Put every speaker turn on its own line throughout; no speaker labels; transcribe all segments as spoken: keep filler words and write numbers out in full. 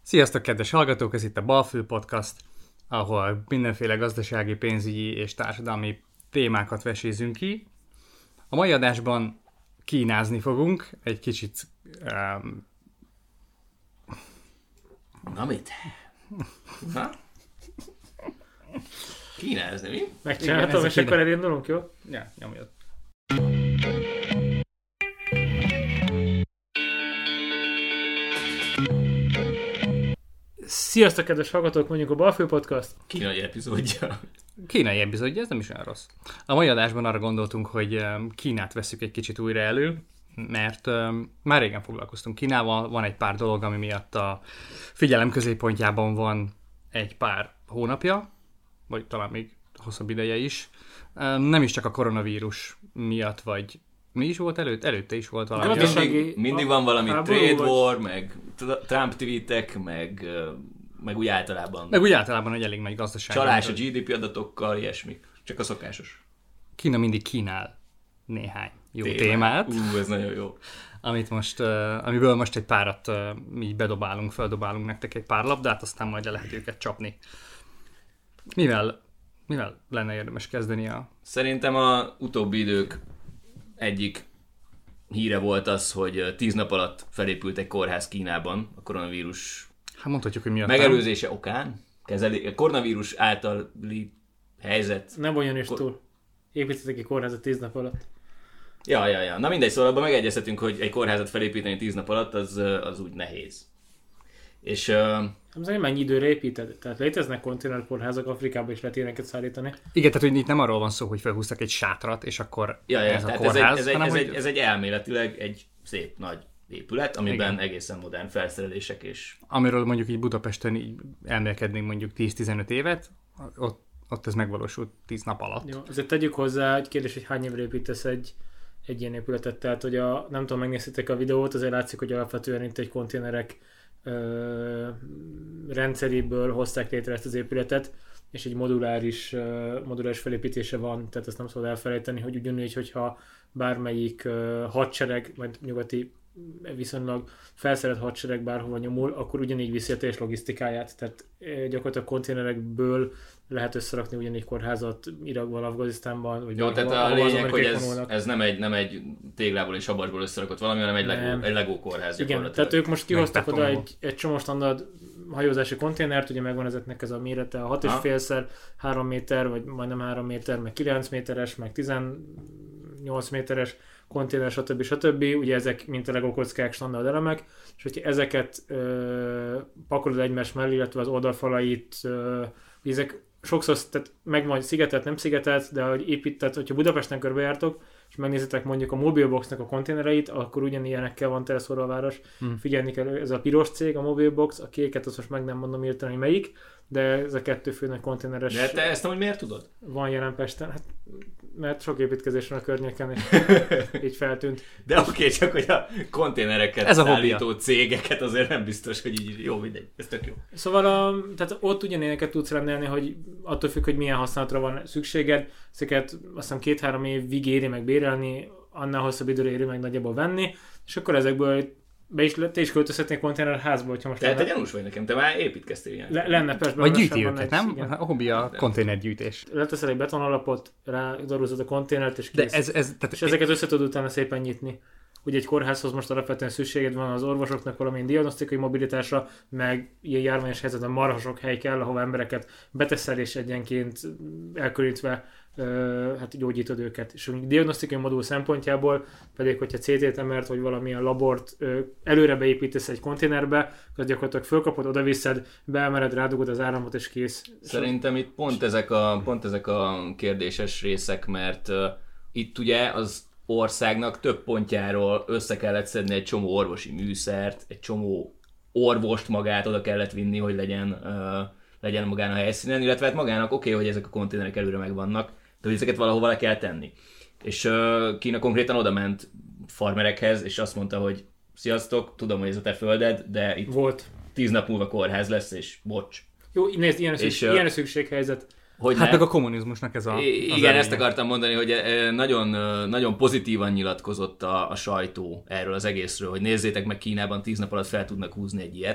Sziasztok, kedves hallgatók! Ez itt a Balfül Podcast, ahol mindenféle gazdasági, pénzügyi és társadalmi témákat vesézünk ki. A mai adásban kínázni fogunk, egy kicsit... Um...
Na mit? Na? Kínázni, mi?
Megcsinálhatom, és akkor elindulunk, jó?
Ja, nyomjad.
Sziasztok, kedves hallgatók, mondjuk a Balfő Podcast.
Kínai epizódja.
Kínai epizódja, ez nem is olyan rossz. A mai adásban arra gondoltunk, hogy Kínát vesszük egy kicsit újra elő, mert um, már régen foglalkoztunk Kínával, van egy pár dolog, ami miatt a figyelem középpontjában van egy pár hónapja, vagy talán még hosszabb ideje is. Um, nem is csak a koronavírus miatt, vagy mi is volt előtt? Előtte is volt valami.
Mindig, mindig van valami trade war, meg Trump tweetek, meg, meg úgy általában.
Meg úgy általában, hogy elég nagy gazdaság.
Csalás a gé dé pé adatokkal, ilyesmi. Csak a szokásos.
Kína mindig kínál néhány jó témát. témát
Ú, ez nagyon jó.
Amit most, uh, amiből most egy párat uh, így bedobálunk, feldobálunk nektek egy pár labdát, aztán majd le lehet őket csapni. Mivel, mivel lenne érdemes kezdeni a...
Szerintem a utóbbi idők egyik híre volt az, hogy tíz nap alatt felépült egy kórház Kínában a koronavírus
hát mondhatjuk, hogy miatt
megelőzése okán. Kezeli, a koronavírus általi helyzet...
Nem olyan is túl. Építettek egy kórházat tíz nap alatt.
Ja, ja, ja. Na mindegy, szóval abban megegyezhetünk, hogy egy kórházat felépíteni tíz nap alatt, az, az úgy nehéz. És... Uh...
Nem mennyi időre építed? Tehát léteznek konténerkórházak, Afrikában is lehet ilyeneket szállítani.
Igen, tehát hogy itt nem arról van szó, hogy felhúztak egy sátrat, és akkor
ja, ja,
ez a
tehát
kórház,
ez egy, ez,
hanem,
egy, ez,
hogy...
egy, ez egy elméletileg egy szép nagy épület, amiben igen, egészen modern felszerelések és...
Amiről mondjuk így Budapesten így elmélkednénk mondjuk tíz-tizenöt évet, ott, ott ez megvalósult tíz nap alatt.
Jó, azért tegyük hozzá egy kérdés, hogy hány évre építesz egy, egy ilyen épületet, tehát hogy a, nem tudom, megnéztétek a videót, azért látszik, hogy alapvetően itt egy konténerek ö, rendszeréből hozták létre ezt az épületet, és egy moduláris, ö, moduláris felépítése van, tehát ezt nem szabad elfelejteni, hogy ugyanúgy, hogyha bármelyik ö, hadsereg, majd nyugati viszonylag felszerelt hadsereg bárhova nyomul, akkor ugyanígy viszi a teljes logisztikáját, tehát gyakorlatilag konténerekből lehet összerakni ugyanígy kórházat Irakban, Afganisztánban, vagy
jó, tehát a lényeg, hogy ez, ez nem, egy, nem egy téglából és sabasból összerakott valami, hanem egy Lego, egy Lego kórház.
Igen, tehát ők most kihoztak oda egy, egy csomó standard hajózási konténert, ugye megvan ezeknek ez a mérete, a hat és félszer három méter, vagy majdnem három méter, meg kilenc méteres, meg tizennyolc méteres konténer, stb. stb. Ugye ezek mint a Lego kockák, standard elemek, és hogyha ezeket ö, pakolod egymás mellé, illetve az oldalfalait, ö, ezek sokszor tehát megvan szigetelt, nem szigetelt, de hogy épített, hogyha Budapesten körbejártok, és megnézitek mondjuk a Mobilboxnak a konténereit, akkor ugyanilyenekkel van teleszorva a város. Hmm. Figyelni kell, ez a piros cég, a Mobilbox, a kéket, azt most meg nem mondom írtani, hogy melyik, de ez a kettő főnek konténeres.
De te ezt amúgy miért tudod?
Van jelen Pesten, hát, mert sok építkezés van a környéken, és így feltűnt.
De oké, okay, csak hogy a konténereket ez szállító a cégeket azért nem biztos, hogy így jó, mindegy, ez tök jó.
Szóval a, tehát ott ugyanilyeneket tudsz rendelni, hogy attól függ, hogy milyen használatra van szükséged, ezeket azt hiszem két-három évig éri meg bérelni, annál hosszabb időre éri meg nagyjából venni, és akkor ezekből be is, te is költözhetnél konténerházba, hogyha most...
Tehát te gyanús vagy nekem, te már építkeztél ilyen.
Le, lenne persze.
Vagy gyűjti őket, nem? Igen. A hobbi a konténergyűjtés.
Leteszel egy betonalapot, rádarúzod a konténert, és kész.
De ez, ez, tehát
és ezeket össze tudod utána szépen nyitni. Ugye egy kórházhoz most alapvetően szükséged van az orvosoknak valamilyen diagnosztikai mobilitásra, meg ilyen járványos helyzetben marha sok hely kell, ahova embereket beteszel, és egyenként elkülönítve Uh, hát gyógyítod őket. És a diagnosztikai modul szempontjából pedig, hogyha cé té-t emelt, vagy valamilyen labort uh, előre beépítesz egy konténerbe, akkor gyakorlatilag fölkapod, odaviszed, beemeled, rádugod az áramot, és kész.
Szerintem itt pont ezek a, pont ezek a kérdéses részek, mert uh, itt ugye az országnak több pontjáról össze kellett szedni egy csomó orvosi műszert, egy csomó orvost magát oda kellett vinni, hogy legyen, uh, legyen magán a helyszínen, illetve hát magának oké, okay, hogy ezek a konténerek előre megvannak, de ezeket valahova le kell tenni. És uh, Kína konkrétan oda ment farmerekhez, és azt mondta, hogy sziasztok, tudom, hogy ez a te földed, de itt
volt.
tíz nap múlva kórház lesz, és bocs.
Jó, nézd, ilyen a, szükség, és, uh, ilyen a szükséghelyzet.
Hogy hát ne? Meg a kommunizmusnak ez a...
Igen, elénye. Ezt akartam mondani, hogy nagyon, nagyon pozitívan nyilatkozott a, a sajtó erről az egészről, hogy nézzétek meg, Kínában tíz nap alatt fel tudnak húzni egy ilyet.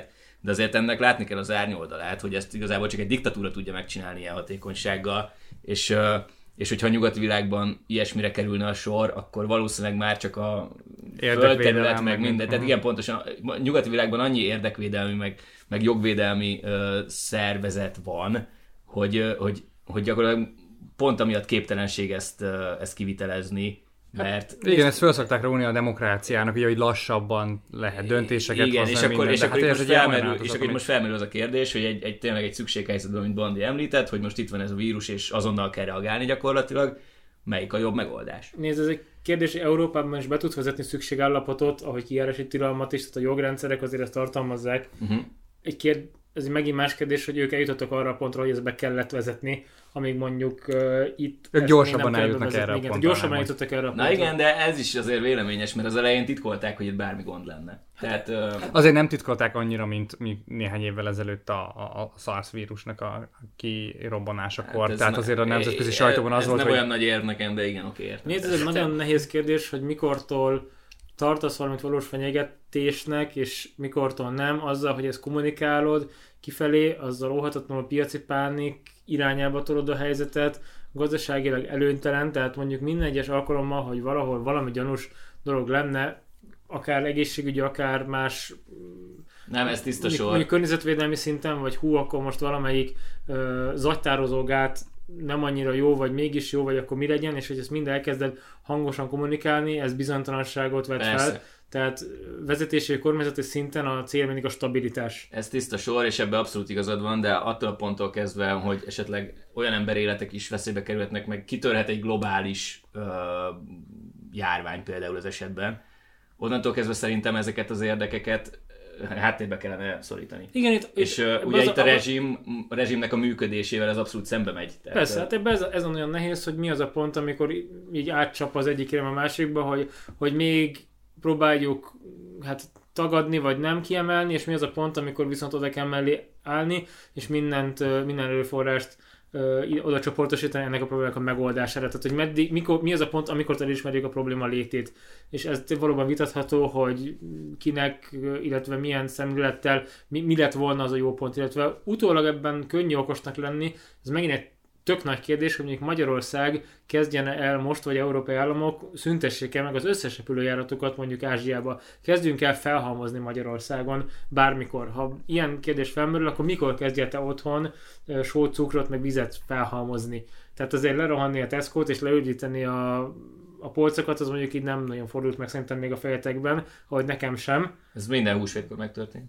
de azért ennek látni kell az árnyoldalát, hogy ezt igazából csak egy diktatúra tudja megcsinálni ilyen hatékonysággal, és, és hogyha a nyugati világban ilyesmire kerülne a sor, akkor valószínűleg már csak a földterület, meg minden. Tehát igen, pontosan a nyugati világban annyi érdekvédelmi, meg, meg jogvédelmi uh, szervezet van, hogy, hogy, hogy gyakorlatilag pont amiatt képtelenség ezt, uh, ezt kivitelezni, mert...
Hát, igen, ezt föl szokták róni a demokráciának, ugye, hogy lassabban lehet döntéseket
igen,
hozni.
És akkor,
minden,
és akkor,
hát
most, felmerül, és akkor most felmerül az a kérdés, hogy egy, egy tényleg egy szükséghelyzetben, mint Bandi említett, hogy most itt van ez a vírus, és azonnal kell reagálni gyakorlatilag, melyik a jobb megoldás?
Nézd, ez egy kérdés, hogy Európában is be tud vezetni szükségállapotot, ahogy kijárási tilalmat is, tehát a jogrendszerek azért ezt tartalmazzák. Uh-huh. Egy kérd... Ez megint más kérdés, hogy ők eljutottak arra a pontra, hogy ezt be kellett vezetni, amíg mondjuk uh, itt...
Ők gyorsabban eljutnak erre a
pontra.
pontra.
Gyorsabban eljutottak erre a pontra.
Na igen, de ez is azért véleményes, mert az elején titkolták, hogy itt bármi gond lenne. Tehát, uh...
Azért nem titkolták annyira, mint, mint néhány évvel ezelőtt a, a, a SARS vírusnak a kirobbanásakor. Hát Tehát azért a nemzetközi
e,
sajtóban az
ez
volt,
nem
hogy...
olyan nagy érv nekem, de igen, oké, értem.
Nézd, ez egy nagyon nehéz kérdés, hogy mikortól tartasz valamit valós fenyegetésnek, és mikortól nem, azzal, hogy ezt kommunikálod kifelé, azzal óhatatlanul piaci pánik irányába tolod a helyzetet, gazdaságilag előnytelen, tehát mondjuk minden egyes alkalommal, hogy valahol valami gyanús dolog lenne, akár egészségügyi, akár más
nem, ez tiszta sor.
Mondjuk környezetvédelmi szinten, vagy hú, akkor most valamelyik uh, zagytározó gát nem annyira jó, vagy mégis jó, vagy akkor mi legyen, és hogy ezt mind elkezded hangosan kommunikálni, ez bizonytalanságot vet
Persze.
fel. Tehát vezetési, kormányzati szinten a cél mindig a stabilitás.
Ez tiszta sor, és ebben abszolút igazad van, de attól a ponttól kezdve, hogy esetleg olyan emberéletek is veszélybe kerülhetnek, meg kitörhet egy globális ö, járvány például az esetben. Onnantól kezdve szerintem ezeket az érdekeket háttérbe kellene szorítani.
Igen, itt,
és uh, ugye itt a, a rezsim, a rezsimnek a működésével ez abszolút szembe megy.
Tehát, persze, hát ebben ez, ez nagyon nehéz, hogy mi az a pont, amikor így átcsap az egyik irányba a másikba, hogy, hogy még próbáljuk hát tagadni, vagy nem kiemelni, és mi az a pont, amikor viszont oda kell mellé állni, és mindent, minden erőforrást uh, oda csoportosítani ennek a problémának a megoldására. Tehát, hogy meddig, mikor, mi az a pont, amikor elismerjük a probléma létét. És ez valóban vitatható, hogy kinek, illetve milyen szemlélettel, mi, mi lett volna az a jó pont. Illetve utólag ebben könnyű okosnak lenni, ez megint egy tök nagy kérdés, hogy mondjuk Magyarország kezdjen el most, vagy európai államok szüntessék el meg az összes repülőjáratokat mondjuk Ázsiába. Kezdjünk el felhalmozni Magyarországon bármikor. Ha ilyen kérdés felmerül, akkor mikor kezdje te otthon só, cukrot, meg vizet felhalmozni? Tehát azért lerohanni a Tesco-t és leügyíteni a, a polcokat, az mondjuk így nem nagyon fordult meg szerintem még a fejetekben, ahogy nekem sem.
Ez minden húsvétkor megtörtént.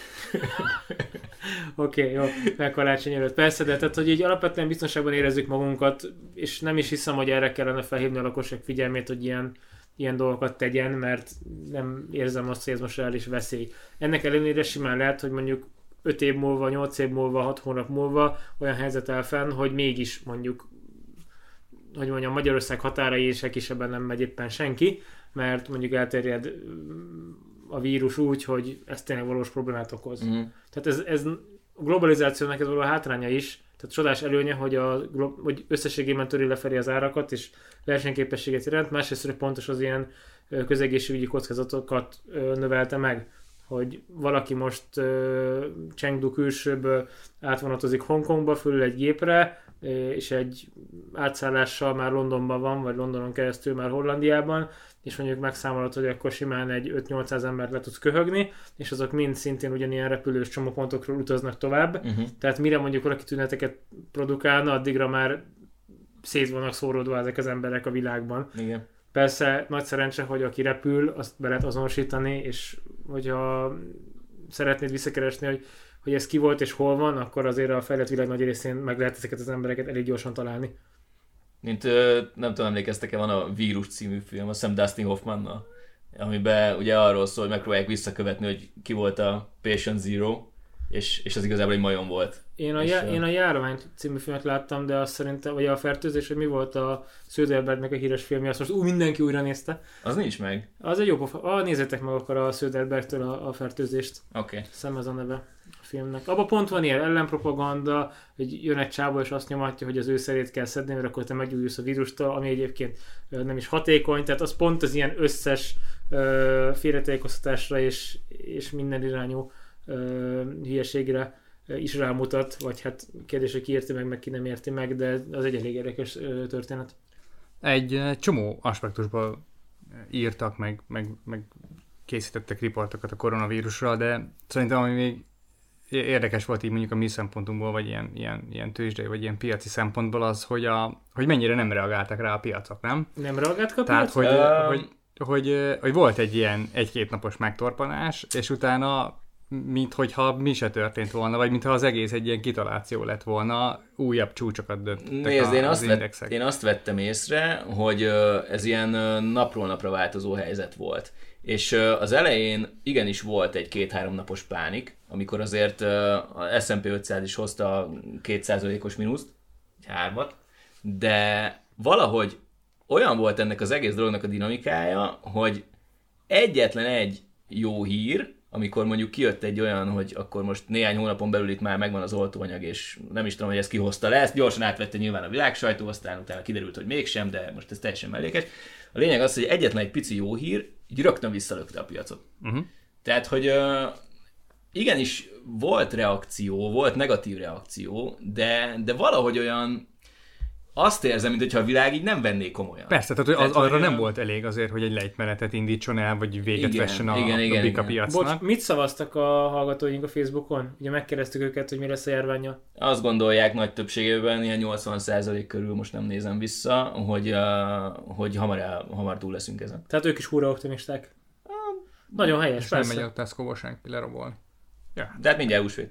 Oké, okay, jó, meg karácsony előtt. Persze, de tehát, hogy így alapvetően biztonságban érezzük magunkat, és nem is hiszem, hogy erre kellene felhívni a lakosság figyelmét, hogy ilyen, ilyen dolgokat tegyen, mert nem érzem azt, hogy ez most reális veszély. Ennek ellenére simán lehet, hogy mondjuk öt év múlva, nyolc év múlva, hat hónap múlva olyan helyzet áll fenn, hogy mégis mondjuk, hogy mondjam, Magyarország határai se kisebben nem megy éppen senki, mert mondjuk elterjed a vírus úgy, hogy ez tényleg valós problémát okoz. Mm. Tehát ez, ez a globalizációnak ez való hátránya is, tehát csodás előnye, hogy, a, hogy összességében töri lefelé az árakat, és versenyképességet jelent, másrészt pontos az ilyen közegészségügyi kockázatokat növelte meg, hogy valaki most uh, Chengdu külsőből átvonatozik Hongkongba, fölül egy gépre, és egy átszállással már Londonban van, vagy Londonon keresztül már Hollandiában, és mondjuk megszámolod, hogy akkor simán egy öt-nyolcszáz embert le tudsz köhögni, és azok mind szintén ugyanilyen repülős csomópontokról utaznak tovább. Uh-huh. Tehát mire mondjuk valaki tüneteket produkálna, addigra már szét vannak szóródva ezek az emberek a világban.
Igen.
Persze nagy szerencse, hogy aki repül, azt be lehet azonosítani, és hogyha szeretnéd visszakeresni, hogy, hogy ez ki volt és hol van, akkor azért a fejlett világ nagy részén meg lehet ezeket az embereket elég gyorsan találni.
Mint nem tudom, emlékeztek-e, van a Vírus című film, azt hiszem Dustin Hoffmannal, amiben ugye arról szól, hogy megpróbálják visszakövetni, hogy ki volt a Patient Zero, és, és az igazából egy majom volt.
Én a, já- én a Járvány című filmet láttam, de azt szerintem, vagy a Fertőzés, hogy mi volt a Söderbergnek a híres filmje, azt most ú, mindenki újra nézte.
Az nincs meg.
Az egy jó pofa. Ah, nézzétek meg akkor a Söderbergtől a, a Fertőzést.
Oké. Okay.
Szem ez a neve a filmnek. Abba pont van ilyen ellenpropaganda, hogy jön egy csávó és azt nyomatja, hogy az ő szerét kell szedni, mert akkor te meggyógyulsz a vírustól, ami egyébként nem is hatékony, tehát az pont az ilyen összes uh, félretájékoztatásra és, és minden irányú ö, hülyeségre is rámutat, vagy hát kérdés, hogy ki érti meg, meg ki nem érti meg, de az egy elég érdekes ö, történet.
Egy csomó aspektusból írtak, meg, meg, meg készítettek riportokat a koronavírusra, de szerintem ami még érdekes volt így mondjuk a mi szempontunkból, vagy ilyen, ilyen, ilyen tőzsdei, vagy ilyen piaci szempontból az, hogy, a, hogy mennyire nem reagáltak rá a piacok, nem?
Nem reagáltak a
Tehát,
piacok?
hogy,
Um...
hogy, hogy, hogy volt egy ilyen egy-két napos megtorpanás, és utána minthogyha mi se történt volna, vagy mintha az egész egy ilyen kitaláció lett volna, újabb csúcsokat döntöttek
Nézd,
a,
én,
az
azt
indexek.
vett, én azt vettem észre, hogy ez ilyen napról napra változó helyzet volt. És az elején igenis volt egy két-három napos pánik, amikor azért a es and pé ötszáz is hozta a két százalékos mínuszt, hármat, de valahogy olyan volt ennek az egész dolognak a dinamikája, hogy egyetlen egy jó hír, amikor mondjuk kijött egy olyan, hogy akkor most néhány hónapon belül itt már megvan az oltóanyag, és nem is tudom, hogy ezt kihozta le, ezt gyorsan átvette nyilván a világsajtó, aztán utána kiderült, hogy mégsem, de most ez teljesen mellékes. A lényeg az, hogy egyetlen egy pici jó hír, így rögtön visszalökte a piacot. Uh-huh. Tehát, hogy uh, igenis volt reakció, volt negatív reakció, de, de valahogy olyan azt érzem, mintha a világ így nem venné komolyan.
Persze, tehát, hogy
tehát
az, arra
hogy
nem
olyan...
volt elég azért, hogy egy lejtmenetet indítson el, vagy véget
igen,
vessen a,
igen, igen,
a bika
igen.
piacnak.
Bocs, mit szavaztak a hallgatóink a Facebookon? Ugye megkérdeztük őket, hogy mi lesz a járvánnyal.
Azt gondolják nagy többségében, ilyen nyolcvan százalék körül, most nem nézem vissza, hogy, uh, hogy hamar, el, hamar túl leszünk ezen.
Tehát ők is húra optimisták. Nagyon helyes,
és nem
persze.
megy a Tesco-ba senki lerombolni. Ja.
De hát mindjárt húsvét.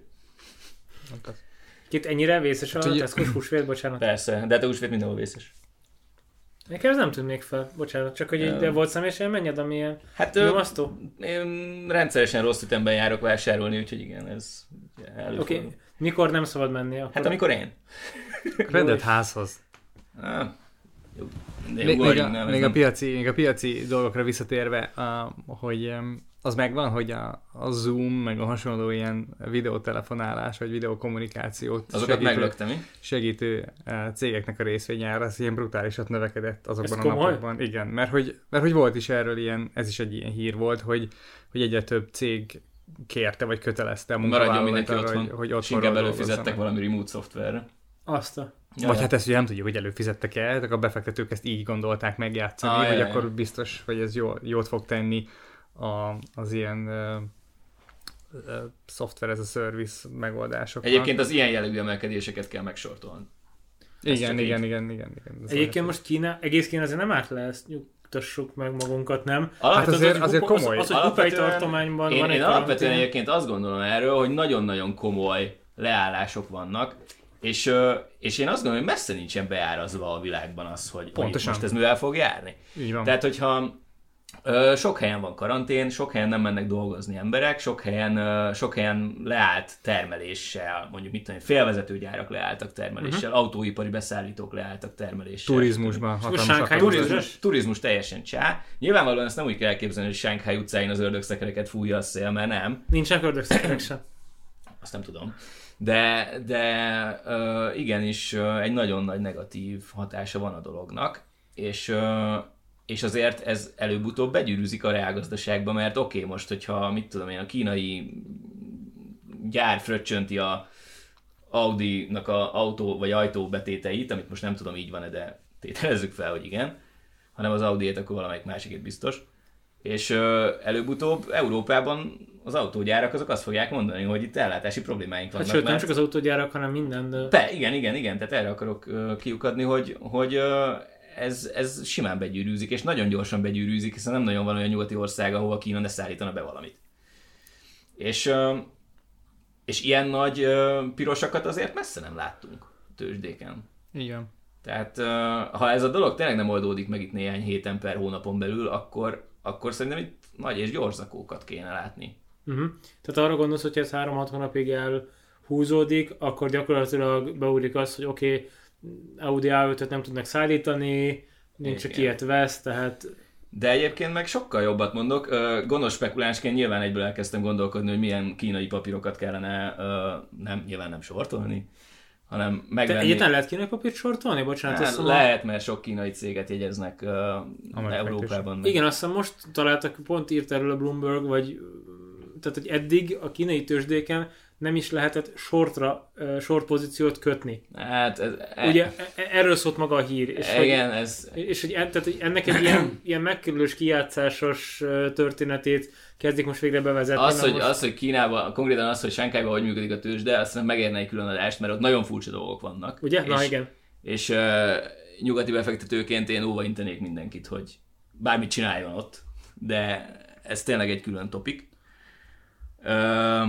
Itt ennyire vészes a
Hát, hogy-
Tesco-s húsvét, bocsánat.
Persze, de hát a húsvét mindenhol vészes.
Nekem ez nem tűnik fel, bocsánat. Csak hogy így, de volt személyes élményed, ami ilyen
Hát ö,
nyomasztó?
én rendszeresen rossz ütemben járok vásárolni, úgyhogy igen, ez előfordul.
Oké, okay. Mikor nem szabad menni? Akkor...
Hát amikor én.
Rendet házhoz.
Ah, jó. De
Még,
jó,
még, a,
nem,
még,
nem.
a piaci, még a piaci dolgokra visszatérve, uh, hogy um, az megvan, hogy a, a Zoom, meg a hasonló ilyen videótelefonálás, vagy videókommunikációt
Azokat
segítő,
meglöktem, mi?
segítő uh, cégeknek a részvényára, az ilyen brutálisat növekedett azokban
Ez
a
komoly?
napokban. Igen, mert hogy, mert hogy volt is erről ilyen, ez is egy ilyen hír volt, hogy, hogy egyre több cég kérte, vagy kötelezte a
Maradjon
munkavállalót
mindenki
arra,
otthon,
hogy, hogy
és
otthonról
inkább
dolgozzanak.
előfizettek valami remote szoftverre.
Azt a...
Ja,
Vagy
ja.
hát ezt ugye nem tudjuk, hogy előfizettek el, de a befektetők ezt így gondolták megjátszani,
Ah,
hogy
jaj,
akkor
jaj.
biztos, hogy ez jó, jót fog tenni a, az ilyen uh, uh, software as a service megoldásoknak.
Egyébként az ilyen jellegű emelkedéseket kell megsortolni. Ez
igen,
csak
igen,
így.
igen, igen, igen. Ez
Egyébként
lehet.
most Kína, egész Kína azért nem árt le, ezt nyugtassuk meg magunkat, nem?
Hát
az,
azért-
hogy
azért
kupa-
komoly.
Az, az, hogy kupai tartományban
én,
van egy
én alapvetően
karantén.
egyébként azt gondolom erről, hogy nagyon-nagyon komoly leállások vannak, és, ö, és én azt gondolom, hogy messze nincsen beárazva a világban az, hogy, hogy
Pontosan.
most ez mivel fog járni.
Így van.
Tehát, hogyha ö, sok helyen van karantén, sok helyen nem mennek dolgozni emberek, sok helyen, ö, sok helyen leállt termeléssel, mondjuk mit tudom, én, félvezetőgyárak leálltak termeléssel, uh-huh. autóipari beszállítók leálltak termeléssel.
Turizmusban hatalmas
Shanghai
akadály.
Turizmus, turizmus teljesen csá. Nyilvánvalóan ezt nem úgy kell elképzelni, hogy Shanghai utcáin az ördögszekereket fújja a szél, mert nem.
Nincsenek ördögszekerek sem.
Azt nem tudom. De, de uh, igenis uh, egy nagyon nagy negatív hatása van a dolognak, és, uh, és azért ez előbb-utóbb begyűrűzik a reálgazdaságba, mert oké, okay, most, hogyha mit tudom én, a kínai gyár fröccsönti a Audi-nak a autó vagy ajtóbetéteit, amit most nem tudom így van-e, de tételezzük fel, hogy igen, hanem az Audi-ét, akkor valamelyik másikét biztos. És ö, előbb-utóbb Európában az autógyárak azok azt fogják mondani, hogy itt ellátási problémáink vannak.
Hát sőt, nem
mert...
csak az autógyárak, hanem minden. De...
Be, igen, igen, igen, tehát erre akarok ö, kiukadni, hogy, hogy ö, ez, ez simán begyűrűzik, és nagyon gyorsan begyűrűzik, hiszen nem nagyon van olyan nyugati ország, ahova Kína ne szállítana be valamit. És, ö, és ilyen nagy ö, pirosakat azért messze nem láttunk tőzsdéken.
Igen.
Tehát ö, ha ez a dolog tényleg nem oldódik meg itt néhány héten per hónapon belül, akkor, akkor szerintem itt nagy és gyors zakókat kéne látni.
Uh-huh. Tehát arra gondolsz, hogy ez három-hat hónapig elhúzódik, akkor gyakorlatilag beugrik az, hogy oké, okay, Audi á ötöt nem tudnak szállítani, nincs,
Igen.
aki ilyet vesz, tehát...
De egyébként meg sokkal jobbat mondok. Ö, Gonosz spekulánsként nyilván egyből elkezdtem gondolkodni, hogy milyen kínai papírokat kellene, ö, nem, nyilván nem sortolni, hanem
Te
megvenni.
egyetlen lehet kínai papírt sortolni? Bocsánat,
Hát,
azt mondom.
lehet, mert sok kínai céget jegyeznek uh, Európában.
Igen, azt hiszem most találtak, pont írt erről a Bloomberg, vagy tehát hogy eddig a kínai tőzsdéken nem is lehetett shortra, uh, short pozíciót kötni.
Hát ez, e...
Ugye erről szólt maga a hír. És
igen,
hogy,
ez...
És hogy, en, tehát, hogy ennek egy ilyen, ilyen megkerülős kijátszásos történetét kezdik most végre bevezetni.
Az, hogy,
most...
az, hogy Kínában, konkrétan az, hogy Sánkhájban hogy működik a tőzsde, azt nem megérne egy külön adást, mert ott nagyon furcsa dolgok vannak.
Ugye?
És,
Na igen.
És uh, nyugati befektetőként én óvaintenék mindenkit, hogy bármit csináljon ott, de ez tényleg egy külön topik. Uh,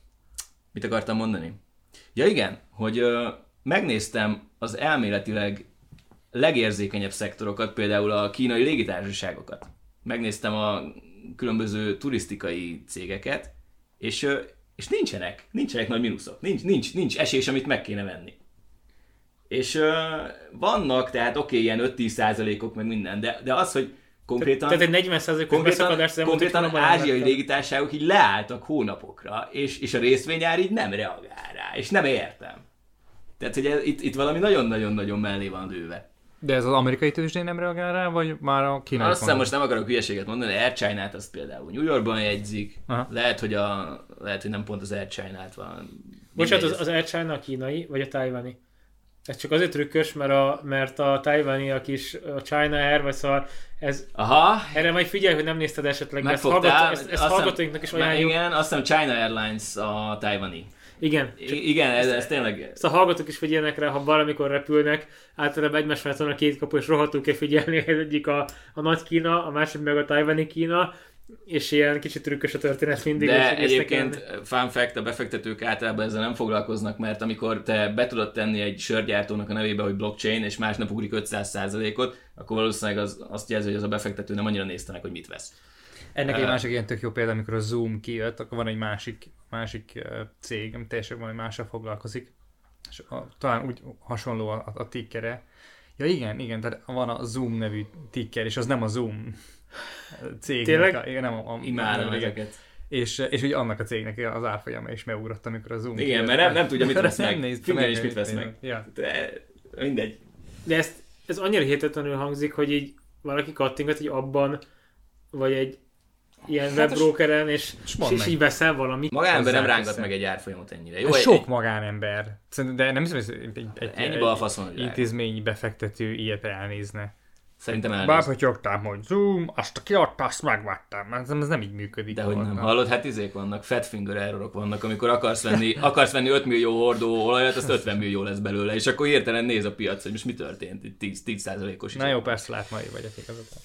mit akartam mondani? Ja igen, hogy uh, megnéztem az elméletileg legérzékenyebb szektorokat, például a kínai légitársaságokat. Megnéztem a különböző turisztikai cégeket, és, uh, és nincsenek, nincsenek nagy mínuszok, nincs, nincs, nincs esés, amit meg kéne venni. És uh, vannak, tehát oké, okay, ilyen öt-tíz százalékok, meg minden, de, de az, hogy konkrétan...
Tehát egy negyven százalékos beszakadást
konkrétan ázsiai légitársaságok így leálltak hónapokra, és, és a részvényár így nem reagál rá, és nem értem. Tehát, hogy ez, itt, itt valami nagyon-nagyon-nagyon mellé van lőve.
De ez az amerikai tőzsdén nem reagál rá, vagy már a kínai?
Azt hiszem, most nem akarok hülyeséget mondani, Air China-t azt például New Yorkban jegyzik, lehet hogy, a, lehet, hogy nem pont az Air China-t van.
Bocsánat, az, az Air China a kínai, vagy a tajvani? Ez csak azért trükkös, mert a, mert a tajvaniak is, a China Air, vagy szóval ez...
Aha.
Erre majd figyelj, hogy nem nézted esetleg.
Megfogtál.
Ezt, hallgat, ezt, ezt hallgatóinknak is ajánljuk.
Igen, azt hiszem China Airlines a tajvani.
Igen.
I- igen, ez, ez tényleg...
Ezt a hallgatók is figyelnek rá, ha valamikor repülnek, általában egymás mellett van a két kapu, és rohadtul kell figyelni, az egyik a, a nagy Kína, a másik meg a tajvani Kína, és ilyen kicsit trükkös a történet mindig.
De egyébként fun fact, a befektetők általában ezzel nem foglalkoznak, mert amikor te be tudod tenni egy sörgyártónak a nevébe, hogy blockchain, és másnap ugrik ötszáz százalékot, akkor valószínűleg az, azt jelzi, hogy az a befektető nem annyira nézte meg, hogy mit vesz.
Ennek uh, egy másik ilyen tök jó példa, amikor a Zoom kijött, akkor van egy másik, másik uh, cég, ami teljesen valami mással foglalkozik, és a, talán úgy hasonló a, a tickere. Ja igen, igen, tehát van a Zoom nevű ticker, és az nem a Zoom cégnek.
Tényleg?
A, igen, nem a, a,
Imádom ezeket.
És, és ugye annak a cégnek az árfolyama is megugrott, amikor a Zoom...
Igen, mert nem, nem tudja, mit vesz meg. Figyelj is, mit vesz meg.
Ja.
De mindegy.
De ezt, ez annyira hihetetlenül hangzik, hogy így valaki kattingat egy abban, vagy egy ilyen hát webbrokeren, és, és, és így veszel valamit.
Magánember nem rángat meg egy árfolyamot ennyire. Jó,
hát sok
egy,
magánember. De nem hiszem, hogy egy, egy,
ennyi balfasz van,
egy intézményi befektető ilyet elnézne.
Szerintem elnéz.
Bárhogyogtál, hogy Zoom, azt a kiadta, azt megvettem. Ez, ez nem így működik.
De hogy nem. Hallod, hát izék vannak, fat finger errorok vannak, amikor akarsz venni, akarsz venni öt millió hordó olajat, azt ötven millió lesz belőle, és akkor hirtelen néz a piac, hogy most mi történt, itt tíz százalékos is.
Na jó, persze lát, mai vagyok igazán.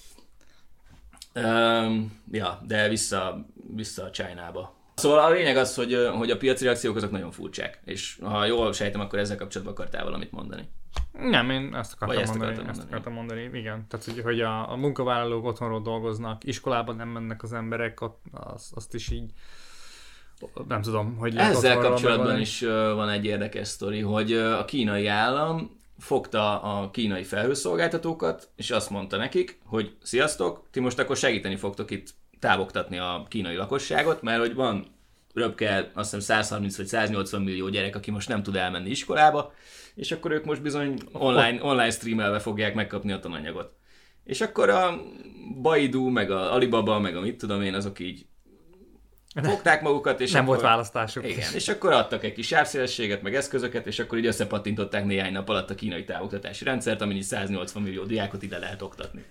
Um, ja, de vissza, vissza a China-ba. Szóval a lényeg az, hogy, hogy a piaci reakciók azok nagyon furcsák, és ha jól sejtem, akkor ezzel kapcsolatban akartál valamit mondani.
Nem, én ezt akartam,
ezt
mondani,
akartam
ezt
mondani.
akartam mondani, igen. Tehát, hogy, hogy a, a munkavállalók otthonról dolgoznak, iskolában nem mennek az emberek, ott, az, azt is így nem tudom, hogy lehet
ezzel kapcsolatban
megvalani.
is van egy érdekes sztori, hogy a kínai állam fogta a kínai felhőszolgáltatókat, és azt mondta nekik, hogy sziasztok, ti most akkor segíteni fogtok itt távoktatni a kínai lakosságot, mert hogy van röpke, azt hiszem száz harminc vagy száz nyolcvan millió gyerek, aki most nem tud elmenni iskolába, és akkor ők most bizony online, online streamelve fogják megkapni a tananyagot. És akkor a Baidu, meg a Alibaba, meg a mit tudom én, azok így fogták magukat, és
nem
akkor,
volt választásuk.
Igen, és akkor adtak egy kis sávszélességet, meg eszközöket, és akkor így összepattintották néhány nap alatt a kínai távoktatási rendszert, amin így száz nyolcvan millió diákot ide lehet oktatni.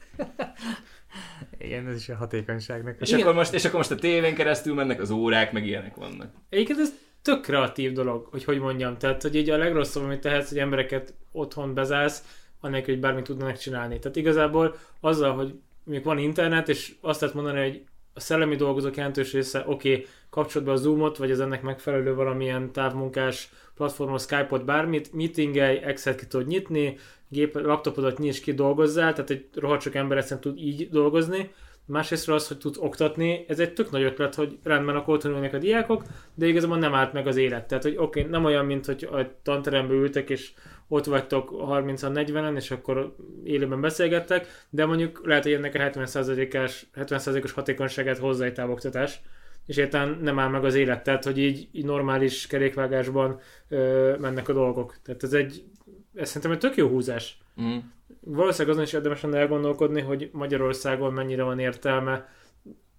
Igen, ez is a hatékonyságnak.
És akkor, most, és akkor most a tévén keresztül mennek az órák, meg ilyenek vannak.
Egyébként ez tök kreatív dolog, hogy hogy mondjam. Tehát, hogy így a legrosszabb, amit tehetsz, hogy embereket otthon bezársz, annélkül, hogy bármit tudnának csinálni. Tehát igazából azzal, hogy még van internet, és azt lehet mondani, hogy a szellemi dolgozók jelentős része, oké, okay, kapcsolod be a Zoomot, vagy az ennek megfelelő valamilyen távmunkás platformon, Skype-ot, bármit, meetingelj, Excel-t ki tudod nyitni, gép, laptopodat nyisd ki, dolgozzál, tehát egy rohadt sok ember egyszerűen tud így dolgozni. Másrésztről az, hogy tudsz oktatni, ez egy tök nagy ötlet, hogy rendben akkor otthon ülnek a diákok, de igazából nem állt meg az élet. Tehát, hogy oké, okay, nem olyan, mint hogy a tanteremben ültek, és ott vagytok harmincan negyvenen, és akkor élőben beszélgettek, de mondjuk lehet, hogy ennek a hetven százalékos hatékonyságát hozza egy távoktatás, és értelem nem áll meg az élet, tehát, hogy így, így normális kerékvágásban ö, mennek a dolgok. Tehát ez egy, ez szerintem egy tök jó húzás. Mm. Valószínűleg azon is érdemes lenne elgondolkodni, hogy Magyarországon mennyire van értelme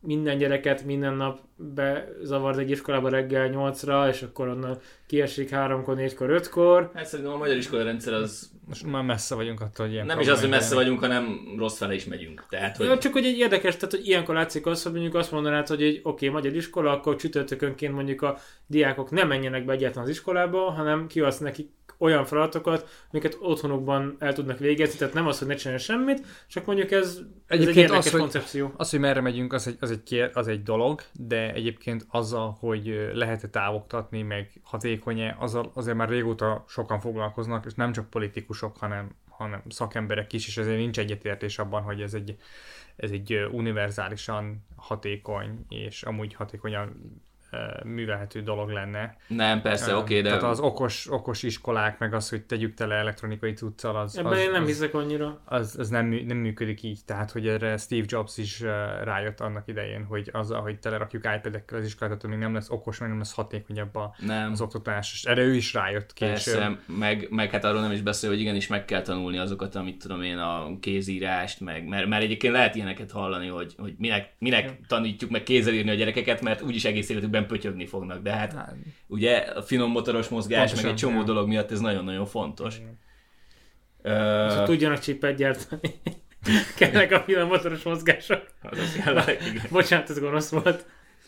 minden gyereket minden nap bezavart egy iskolába reggel nyolcra, és akkor onnan kiesik háromkor, négykor, ötkor.
Hát szerintem a magyar iskolarendszer az...
Most már messze vagyunk attól, hogy ilyen...
Nem is az, hogy messze vagyunk, hanem rossz fele is megyünk. Tehát, hogy...
Ja, csak hogy egy érdekes, tehát hogy ilyenkor látszik az, hogy mondjuk azt mondanád, hogy egy oké, okay, magyar iskola, akkor csütörtökönként mondjuk a diákok nem menjenek be egyáltalán az iskolába, hanem kiadsz nekik olyan feladatokat, amiket otthonukban el tudnak végezni, tehát nem az, hogy ne csinálja semmit, csak mondjuk ez, ez egy érdekes
az, hogy,
koncepció.
Az, hogy merre megyünk, az egy, az, egy kér, az egy dolog, de egyébként azzal, hogy lehet-e távoktatni, meg hatékony-e, azzal azért már régóta sokan foglalkoznak, és nem csak politikusok, hanem, hanem szakemberek is, és ezért nincs egyetértés abban, hogy ez egy, ez egy univerzálisan hatékony, és amúgy hatékonyan művelhető dolog lenne.
Nem, persze, oké, okay, de...
Tehát az okos, okos iskolák, meg az, hogy tegyük tele elektronikai cuccal, az...
Ebben
az,
én nem
az,
hiszek annyira.
Az, az nem, nem működik így, tehát hogy erre Steve Jobs is rájött annak idején, hogy azzal, hogy telerakjuk iPad-ekkel az iskolát, attól még nem lesz okos, meg nem lesz hatékonyabb a, nem. az oktatás, és erre ő is rájött később.
Persze, meg, meg hát arról nem is beszél, hogy igenis meg kell tanulni azokat, amit tudom én, a kézírást, meg, mert, mert egyébként lehet ilyeneket hallani, hogy, hogy minek, minek tanítjuk meg kézzel írni a gyerekeket, mert úgyis egész életükben pötyögni fognak, de hát hát ugye a finom motoros mozgás, pontosan, meg egy csomó ja. dolog miatt ez nagyon-nagyon fontos.
Uh, szóval tudjanak csipet gyártani. Kellnek a finom motoros mozgások. Bocsánat, ez gonosz volt.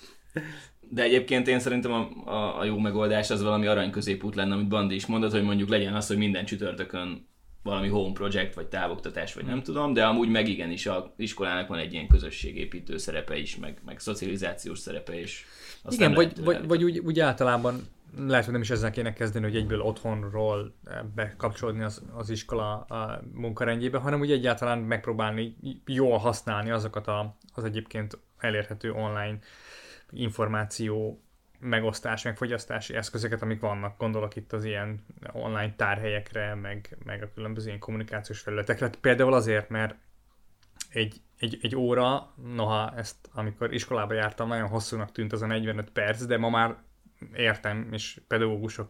De egyébként én szerintem a, a, a jó megoldás az valami arany középút lenne, amit Bandi is mondott, hogy mondjuk legyen az, hogy minden csütörtökön valami home project, vagy távoktatás, vagy nem hmm. tudom, de amúgy meg igenis az iskolának van egy ilyen közösségépítő szerepe is, meg, meg szocializációs szerepe is.
Igen, vagy, vagy, vagy úgy, úgy általában lehet, hogy nem is ezzel kéne kezdeni, hogy egyből otthonról bekapcsolódni az, az iskola a munkarendjébe, hanem úgy egyáltalán megpróbálni jól használni azokat a, az egyébként elérhető online információ megosztás, meg fogyasztási eszközöket, amik vannak. Gondolok itt az ilyen online tárhelyekre, meg, meg a különböző ilyen kommunikációs felületekre. Például azért, mert egy, egy, egy óra, noha ezt amikor iskolába jártam, nagyon hosszúnak tűnt az a negyvenöt perc, de ma már értem, és pedagógusok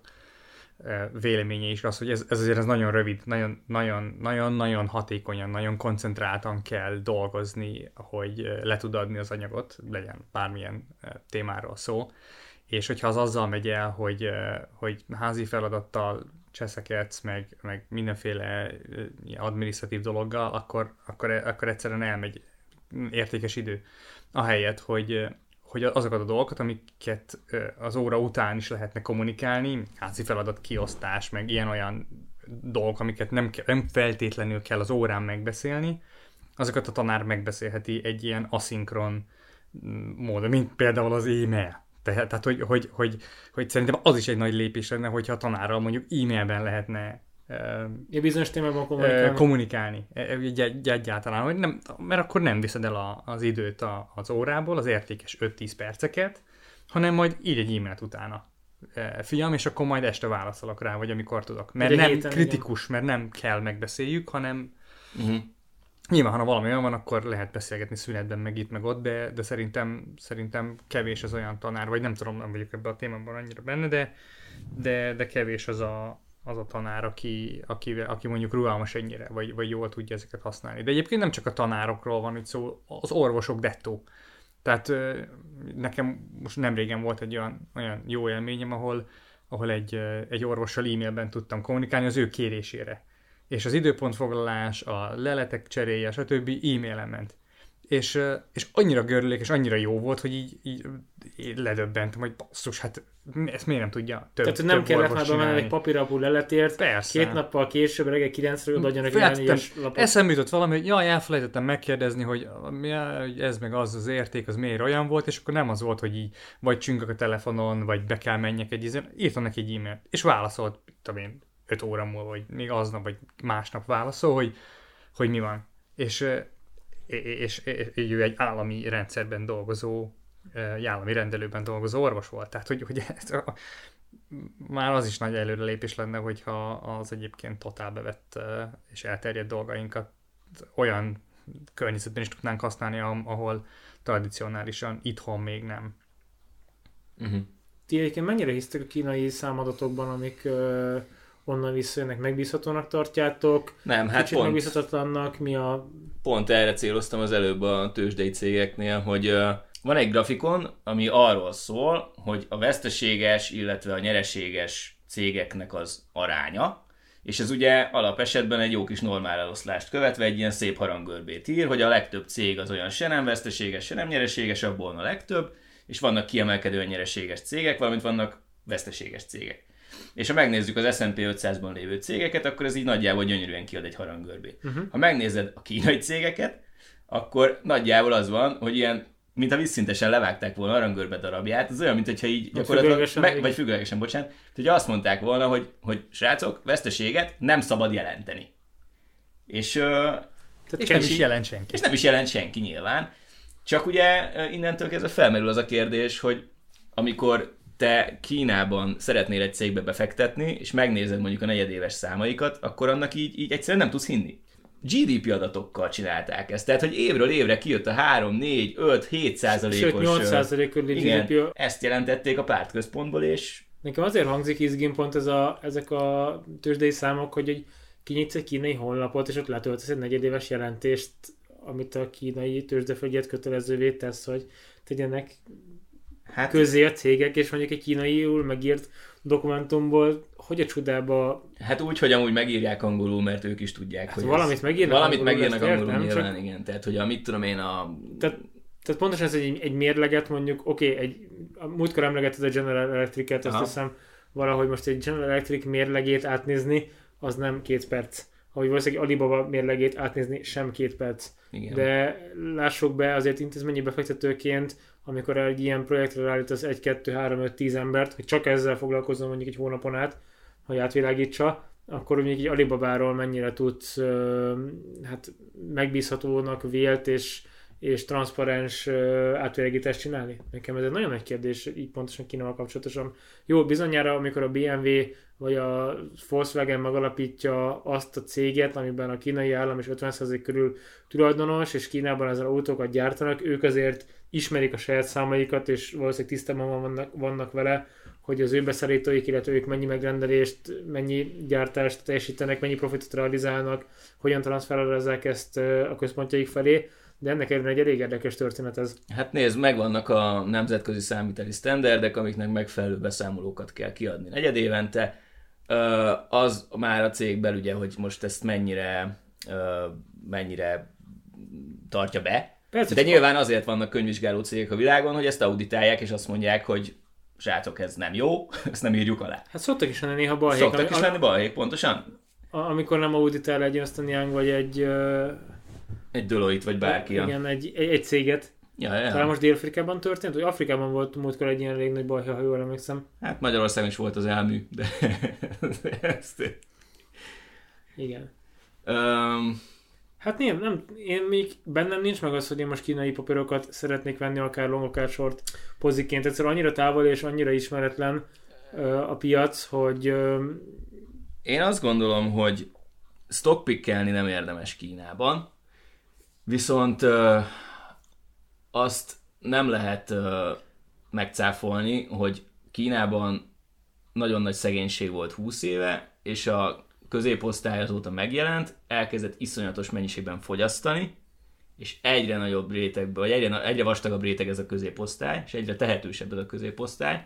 véleménye is az, hogy ez, ez azért ez nagyon rövid, nagyon, nagyon, nagyon, nagyon hatékonyan, nagyon koncentráltan kell dolgozni, hogy le tud adni az anyagot, legyen bármilyen témáról szó. És hogyha az azzal megy el, hogy, hogy házi feladattal cseszekedsz, meg, meg mindenféle adminisztratív dologgal, akkor, akkor, akkor egyszerűen elmegy értékes idő. Ahelyett, hogy, hogy azokat a dolgokat, amiket az óra után is lehetne kommunikálni, házi feladat kiosztás, meg ilyen-olyan dolgok, amiket nem, nem feltétlenül kell az órán megbeszélni, azokat a tanár megbeszélheti egy ilyen aszinkron módon, mint például az e-mail. Tehát, tehát hogy, hogy, hogy, hogy szerintem az is egy nagy lépés lenne, hogyha a tanárral mondjuk e-mailben lehetne
uh, bizonyos témában kommunikálni.
kommunikálni. Egy, egy, egyáltalán, hogy nem, mert akkor nem viszed el a, az időt a, az órából, az értékes öt-tíz perceket, hanem majd ír egy e-mailt utána. Fiam, és akkor majd este válaszolok rá, vagy amikor tudok. Mert nem héten, kritikus, igen. Mert nem kell megbeszéljük, hanem uh-huh. Nyilván, ha valami olyan van, akkor lehet beszélgetni szünetben, meg itt, meg ott, de, de szerintem, szerintem kevés az olyan tanár, vagy nem tudom, nem vagyok ebben a témában annyira benne, de, de, de kevés az a, az a tanár, aki, aki, aki mondjuk rugalmas ennyire, vagy, vagy jól tudja ezeket használni. De egyébként nem csak a tanárokról van itt szó, az orvosok dettó. Tehát nekem most nem régen volt egy olyan, olyan jó élményem, ahol, ahol egy, egy orvossal e-mailben tudtam kommunikálni az ő kérésére. És az időpontfoglalás, a leletek cseréje, stb. E-mailen ment. És, és annyira görülék, és annyira jó volt, hogy így, így, így ledöbbentem, hogy basszus, hát ezt miért nem tudja több
Tehát nem kellett már bemenni egy papíralapú leletért, persze. Két nappal később, reggel kilencre odaadjanak ilyen ilyes lapot.
Eszembe jutott valami, hogy jaj, elfelejtettem megkérdezni, hogy ez meg az az érték, az miért olyan volt, és akkor nem az volt, hogy így vagy csüngök a telefonon, vagy be kell menjek egy ízen, írtam neki egy e-mailt, és válaszolt, tudom én, öt óra múlva, vagy még aznap, vagy másnap válaszol, hogy, hogy mi van. És, és, és, és ő egy állami rendszerben dolgozó, állami rendelőben dolgozó orvos volt. Tehát, hogy, hogy ez a, már az is nagy előrelépés lenne, hogyha az egyébként totál bevett és elterjedt dolgainkat olyan környezetben is tudnánk használni, ahol tradicionálisan itthon még nem.
Uh-huh. Ti egyébként mennyire hisztek a kínai számadatokban, amik uh, onnan visszajönnek, megbízhatónak tartjátok?
Nem, hát
kicsit
pont.
megbízhatatlannak, mi a...
Pont erre céloztam az előbb a tőzsdei cégeknél, hogy uh, van egy grafikon, ami arról szól, hogy a veszteséges, illetve a nyereséges cégeknek az aránya, és ez ugye alapesetben egy jó kis normál eloszlást követve egy ilyen szép harangörbét ír, hogy a legtöbb cég az olyan se nem veszteséges, se nem nyereséges, abból a legtöbb, és vannak kiemelkedően nyereséges cégek, valamint vannak veszteséges cégek. És ha megnézzük az es and pé ötszázban lévő cégeket, akkor ez így nagyjából gyönyörűen kiad egy harangörbét. Uh-huh. Ha megnézed a kínai cégeket, akkor nagyjából az van, hogy ilyen, mintha visszintesen levágták volna harangörbe darabját, az olyan, mintha így gyakorlatilag, meg, vagy függőlegesen, bocsánat, hogy azt mondták volna, hogy, hogy srácok, veszteséget nem szabad jelenteni. És,
és, és nem is jelent senki.
És nem is jelent senki nyilván. Csak ugye innentől kezdve felmerül az a kérdés, hogy amikor te Kínában szeretnél egy cégbe befektetni, és megnézed mondjuk a negyedéves számaikat, akkor annak így, így egyszerűen nem tudsz hinni. gé dé pé adatokkal csinálták ezt, tehát hogy évről évre kijött a három, négy, öt, hét százalékos...
Sőt, nyolc százalék körüli
igen,
gé dé pé.
ezt jelentették a pártközpontból, és...
Nekem azért hangzik izgén pont ez a, ezek a tőzsdei számok, hogy egy, kinyitsz egy kínai honlapot, és ott letöltesz egy negyedéves jelentést, amit a kínai tőzsdefelügyelet kötelezővé tesz, hogy tegyenek hát, közé a cégek, és mondjuk egy kínaiul megírt dokumentumból, hogy a csudába...
Hát úgy, hogy amúgy megírják angolul, mert ők is tudják,
hát
hogy
valamit megírnak
valamit
angolul,
megírnak angolul
értem,
nyilván,
csak...
igen. Tehát, hogy a mit tudom én a...
Tehát, tehát pontosan ez egy, egy mérleget mondjuk, oké, okay, egy, a múltkor emlegetted a General Electric-et, azt hiszem valahogy most egy General Electric mérlegét átnézni, az nem két perc. Ahogy valószínűleg Alibaba mérlegét átnézni, sem két perc.
Igen.
De lássuk be azért intézményi befektetőként, amikor egy ilyen projektre ráállítasz egy, kettő, három, öt, tíz embert, hogy csak ezzel foglalkozzon mondjuk egy hónapon át, hogy átvilágítsa, akkor mondjuk egy Alibabáról mennyire tudsz hát megbízhatónak vélt és, és transzparens átvilágítást csinálni? Nekem ez egy nagyon nagy kérdés, így pontosan Kínával kapcsolatosan. Jó, bizonyára, amikor a bé em vé vagy a Volkswagen megalapítja azt a céget, amiben a kínai állam is ötven százalék körül tulajdonos, és Kínában ezzel autókat gyártanak, ők azért ismerik a saját számaikat, és valószínűleg tisztában vannak, vannak vele, hogy az ő beszállítóik, illetve ők mennyi megrendelést, mennyi gyártást teljesítenek, mennyi profitot realizálnak, hogyan transferálozzák ezt a központjaik felé, de ennek ellenére egy elég érdekes történet ez.
Hát nézd, megvannak a nemzetközi számviteli sztenderdek, amiknek megfelelő beszámolókat kell kiadni negyedévente. Az már a cégben ugye, hogy most ezt mennyire, mennyire tartja be. Persze, de nyilván azért vannak könyvvizsgáló cégek a világon, hogy ezt auditálják, és azt mondják, hogy srácok, ez nem jó, ezt nem írjuk alá.
Hát szoktak is lenni néha balhék.
Szoktak is lenni balhék, pontosan.
Amikor nem auditál egy Ernst and Young, vagy egy... Uh,
egy Deloitte, vagy bárki.
Igen, egy, egy, egy céget.
Ja, ja.
Talán most Dél-Afrikában történt, vagy Afrikában volt múltkor egy ilyen elég nagy balhé, ha jól emlékszem.
Hát Magyarországon is volt az elmű, de... ezt...
Igen.
Um...
Hát nem, nem, én még bennem nincs meg az, hogy én most kínai papírokat szeretnék venni, akár long, akár short poziként. Egyszerűen annyira távol és annyira ismeretlen uh, a piac, hogy... Uh...
Én azt gondolom, hogy stockpickelni nem érdemes Kínában, viszont uh, azt nem lehet uh, megcáfolni, hogy Kínában nagyon nagy szegénység volt húsz éve, és a középosztály azóta megjelent, elkezdett iszonyatos mennyiségben fogyasztani, és egyre nagyobb rétegbe, vagy egyre, egyre vastagabb réteg ez a középosztály, és egyre tehetősebb ez a középosztály,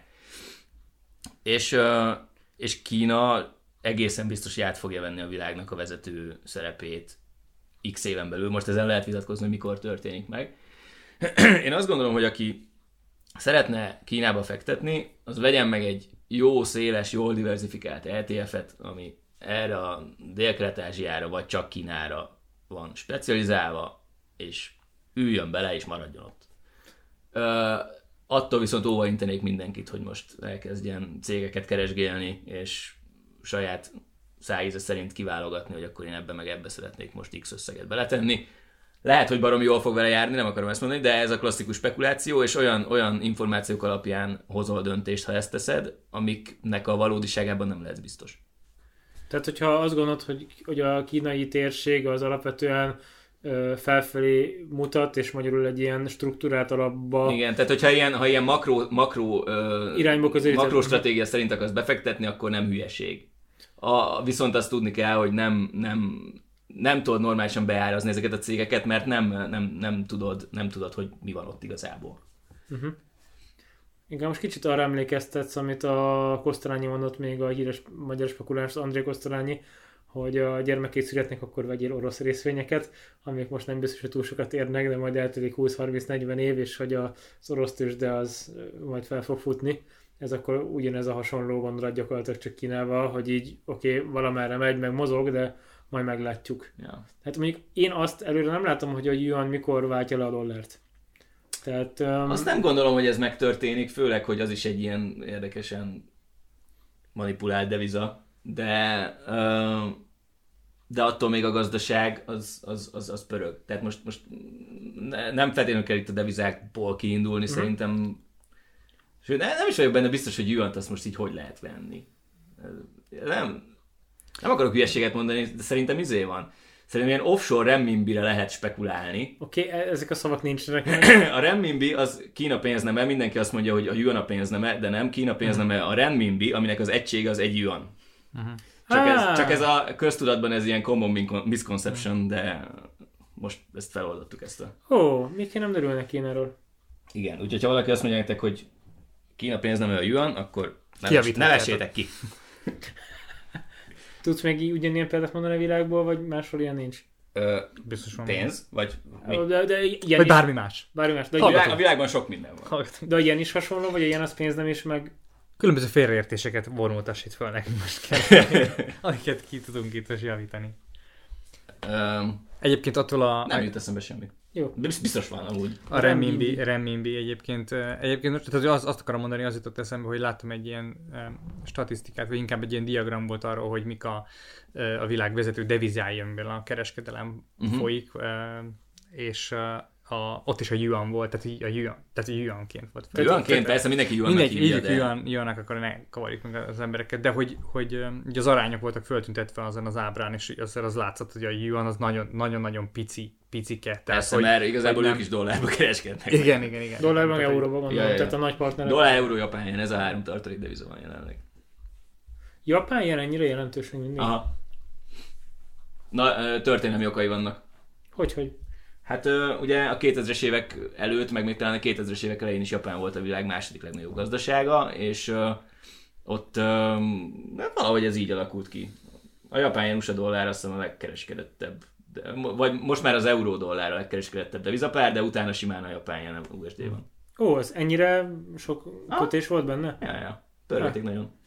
és, uh, és Kína egészen biztos, hogy át fogja venni a világnak a vezető szerepét x éven belül. Most ezen lehet vitatkozni, hogy mikor történik meg. Én azt gondolom, hogy aki szeretne Kínába fektetni, az vegyen meg egy jó, széles, jól diversifikált é té ef-et, ami erre a Dél-Kelet-Ázsiára, vagy csak Kínára van specializálva, és üljön bele, és maradjon ott. Ö, attól viszont óvaintenék mindenkit, hogy most elkezdjen cégeket keresgélni, és saját szájíze szerint kiválogatni, hogy akkor én ebbe meg ebbe szeretnék most X összeget beletenni. Lehet, hogy baromi jól fog vele járni, nem akarom ezt mondani, de ez a klasszikus spekuláció, és olyan, olyan információk alapján hozol döntést, ha ezt teszed, amiknek a valódiságában nem lesz biztos.
Tehát, hogyha azt gondolod, hogy, hogy a kínai térség az alapvetően ö, felfelé mutat, és magyarul egy ilyen struktúrát alapba...
Igen, tehát hogyha ilyen, ha ilyen makró, makró, ö, makró stratégia szerint akarsz befektetni, akkor nem hülyeség. A, viszont azt tudni kell, hogy nem, nem, nem tudod normálisan beárazni ezeket a cégeket, mert nem, nem, nem, tudod, nem tudod, hogy mi van ott igazából.
Uh-huh. Igen, most kicsit arra emlékeztetsz, amit a Kosztolányi mondott még, a híres magyar spekuláns André Kosztolányi, hogy a gyermekét születnek, akkor vegyél orosz részvényeket, amik most nem biztos, hogy túl sokat érnek, de majd eltelik húsz-harminc-negyven év, és hogy az orosz tőzsde az majd fel fog futni. Ez akkor ugyanez a hasonló gondolat gyakorlatilag csak Kínával, hogy így oké, okay, valamerre megy, meg mozog, de majd meglátjuk.
Ja.
Hát mondjuk én azt előre nem látom, hogy a yuan mikor váltja le a dollárt. Tehát, um...
Azt nem gondolom, hogy ez megtörténik, főleg, hogy az is egy ilyen érdekesen manipulált deviza, de, uh, de attól még a gazdaság az, az, az, az pörög. Tehát most, most ne, nem feltétlenül kell itt a devizákból kiindulni, mm-hmm. szerintem. Sőt, nem is vagyok benne biztos, hogy yuant azt most így hogy lehet venni. Nem, nem akarok hülyeséget mondani, de szerintem izé van. Szerintem ilyen offshore renminbire lehet spekulálni.
Oké, okay, ezek a szavak nincsenek.
A renminbi az Kína pénzneme, mindenki azt mondja, hogy a yuan a pénzneme, de nem Kína pénzneme, a renminbi, aminek az egysége az egy yuan. Uh-huh. Csak, ez, csak ez a köztudatban ez ilyen common misconception, de most ezt feloldottuk ezt a...
Ó, oh, még én nem derülnek Kínáról.
Igen, úgyhogy ha valaki azt mondja nektek, hogy Kína pénzneme a yuan, akkor ne vessétek ki.
Tudsz még ugyanilyen példát mondani a világból, vagy máshol ilyen nincs?
Ö, Biztos van. Pénz? Vagy mi?
De, de
ilyen vagy bármi más.
Bármi más.
De a, világ, a világban sok minden van.
Hallgatom. De ilyen is hasonló, vagy ilyen az pénz nem is meg...
Különböző félreértéseket vonultass itt fel nekünk most kell, amiket ki tudunk itt most javítani. Um, Egyébként attól a...
Nem jut eszembe semmi.
Jó.
De biztos van amúgy.
A renminbi, renminbi egyébként, egyébként tehát az, azt akarom mondani, az jutott eszembe, hogy láttam egy ilyen um, statisztikát, vagy inkább egy ilyen diagram volt arról, hogy mik a, a világ vezető devizái, amiben a kereskedelem uh-huh. folyik, uh, és uh, a, ott is a yuan volt, tehát a yuan, tehát yuanként volt.
Yuanként, persze mindenki yuannak
hívja,
hívja,
de... Yuan, yuannak, akkor ne kavarjuk meg az embereket, de hogy, hogy ugye az arányok voltak föltüntetve azon az ábrán, és azért az látszott, hogy a yuan az nagyon-nagyon pici, picike.
Persze, hogy, mert igazából ők is dollárba kereskednek.
Igen, igen, igen.
Dollárban, euróban gondolom, ja, ja. Tehát a nagy partnerek.
Dollár, euró, japán jen, ez a három tartalék deviza van jelenleg.
Japán jen ennyire jelentős, mint mindig?
Aha. Na, történelmi okai vannak.
Hogyhogy?
Hát ugye a kétezres évek előtt, meg még talán a kétezres évek elején is Japán volt a világ második legnagyobb gazdasága, és uh, ott uh, valahogy ez így alakult ki. A japán jen u es á dollár azt hiszem a legkereskedettebb, de, vagy most már az euró dollár a legkereskedettebb devizapár, de utána simán a japán jen u es dé van.
Ó, az ennyire sok kötés ah. volt benne?
Ja, ja. Pörgetik ah. nagyon.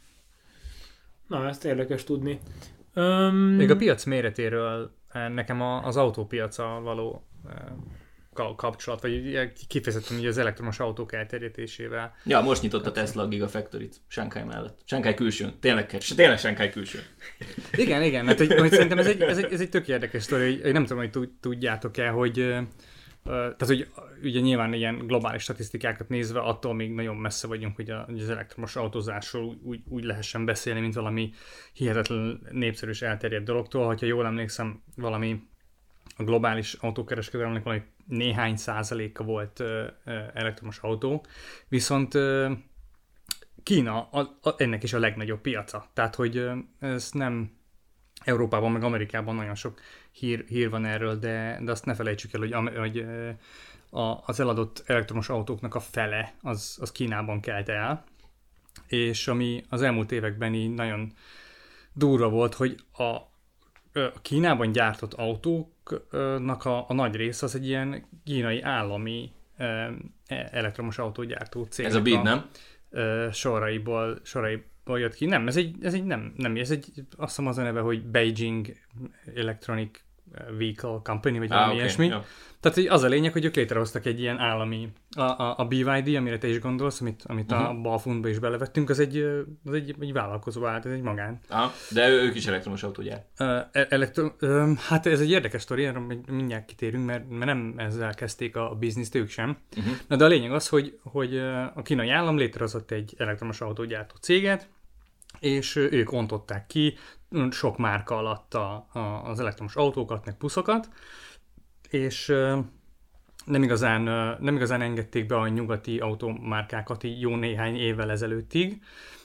Na, ezt érdekes tudni.
Um... Még a piac méretéről nekem az autópiaca való kapcsolat, vagy kifejezetten ugye az elektromos autók elterjedésével.
Ja, most nyitott a Tesla a Gigafactory-t Shanghai mellett. Shanghai külsőn. Tényleg, tényleg Shanghai külsőn.
Igen, igen, mert hogy, hogy szerintem ez egy, ez, egy, ez egy tök érdekes sztori, hogy nem tudom, hogy tudjátok-e, hogy tehát, hogy ugye nyilván ilyen globális statisztikákat nézve attól még nagyon messze vagyunk, hogy az elektromos autózásról úgy, úgy lehessen beszélni, mint valami hihetetlen népszerű és elterjedt dologtól. Ha jól emlékszem, valami a globális autókereskedelemnek valami néhány százaléka volt ö, ö, elektromos autó, viszont ö, Kína a, a, ennek is a legnagyobb piaca. Tehát, hogy ö, ez nem Európában, meg Amerikában nagyon sok hír, hír van erről, de, de azt ne felejtsük el, hogy, hogy ö, a, az eladott elektromos autóknak a fele az, az Kínában kelt el, és ami az elmúlt években így nagyon durva volt, hogy a, a Kínában gyártott autóknak a, a nagy része az egy ilyen kínai állami elektromos autógyártó cég.
Ez a bé i dé, nem?
Soraiból, soraiból jött ki. Nem, ez egy, ez egy nem, nem, ez egy, azt hiszem az a neve, hogy Beijing Electronic Vehicle Company, vagy valami ah, okay, ilyesmi. Ja. Tehát az a lényeg, hogy ők létrehoztak egy ilyen állami, a, a, a bé vé dé, amire te is gondolsz, amit, amit uh-huh. a Balfundba is belevettünk, az egy, az egy, egy vállalkozó állt, ez egy magán.
Ah, de ők is elektromos autógyár.
Uh, elektro, uh, hát ez egy érdekes sztori, erről mindjárt kitérünk, mert, mert nem ezzel kezdték a, a bizniszt ők sem. Uh-huh. Na, de a lényeg az, hogy, hogy a kínai állam létrehozott egy elektromos autógyártó céget, és ők ontották ki sok márka alatt a, a, az elektromos autókat, meg buszokat, és nem igazán, nem igazán engedték be a nyugati automárkákat így jó néhány évvel ezelőttig,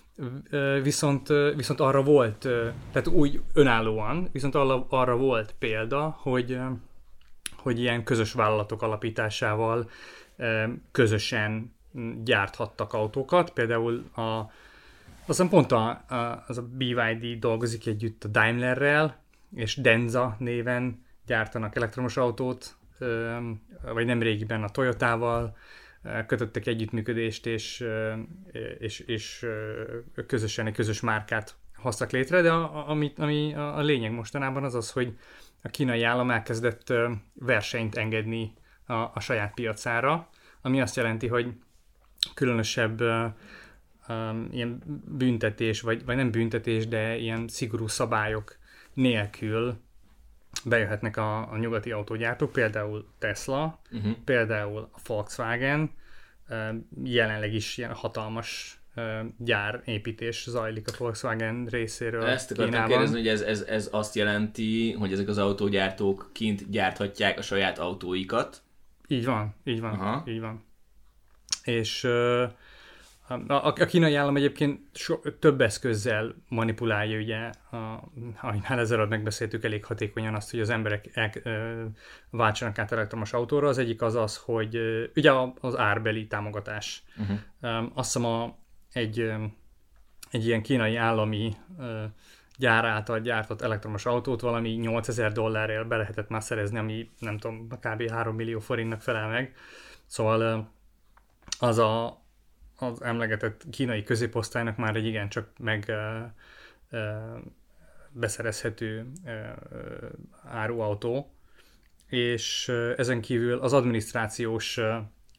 viszont, viszont arra volt, tehát úgy önállóan, viszont arra, arra volt példa, hogy, hogy ilyen közös vállalatok alapításával közösen gyárthattak autókat, például a, azt hiszem pont a, a, az a bé vé dé dolgozik együtt a Daimlerrel, és Denza néven gyártanak elektromos autót, vagy nem régiben a Toyotával kötöttek együttműködést, és, és, és közösen egy közös márkát hoztak létre, de a, ami, ami a lényeg mostanában az az, hogy a kínai állam elkezdett versenyt engedni a, a saját piacára, ami azt jelenti, hogy különösebb uh, um, ilyen büntetés, vagy, vagy nem büntetés, de ilyen szigorú szabályok nélkül bejöhetnek a, a nyugati autógyártók, például Tesla, uh-huh. például a Volkswagen, uh, jelenleg is ilyen hatalmas uh, gyárépítés zajlik a Volkswagen részéről.
Ezt akartam kérdezni, hogy ez, ez, ez azt jelenti, hogy ezek az autógyártók kint gyárthatják a saját autóikat.
Így van, így van, Aha. így van. És uh, a, a, a kínai állam egyébként so, több eszközzel manipulálja, ugye, a, ahogy már ezzel megbeszéltük elég hatékonyan azt, hogy az emberek el, uh, váltsanak át elektromos autóra. Az egyik az az, hogy uh, ugye az árbeli támogatás. Uh-huh. Um, azt hiszem a, egy, um, egy ilyen kínai állami uh, gyár által gyártott elektromos autót valami nyolcezer dollárért be lehetett már szerezni, ami nem tudom, kb. három millió forintnak felel meg. Szóval az a, az emlegetett kínai középosztálynak már egy igencsak meg uh, uh, beszerezhető uh, áruautó, és uh, ezen kívül az adminisztrációs uh,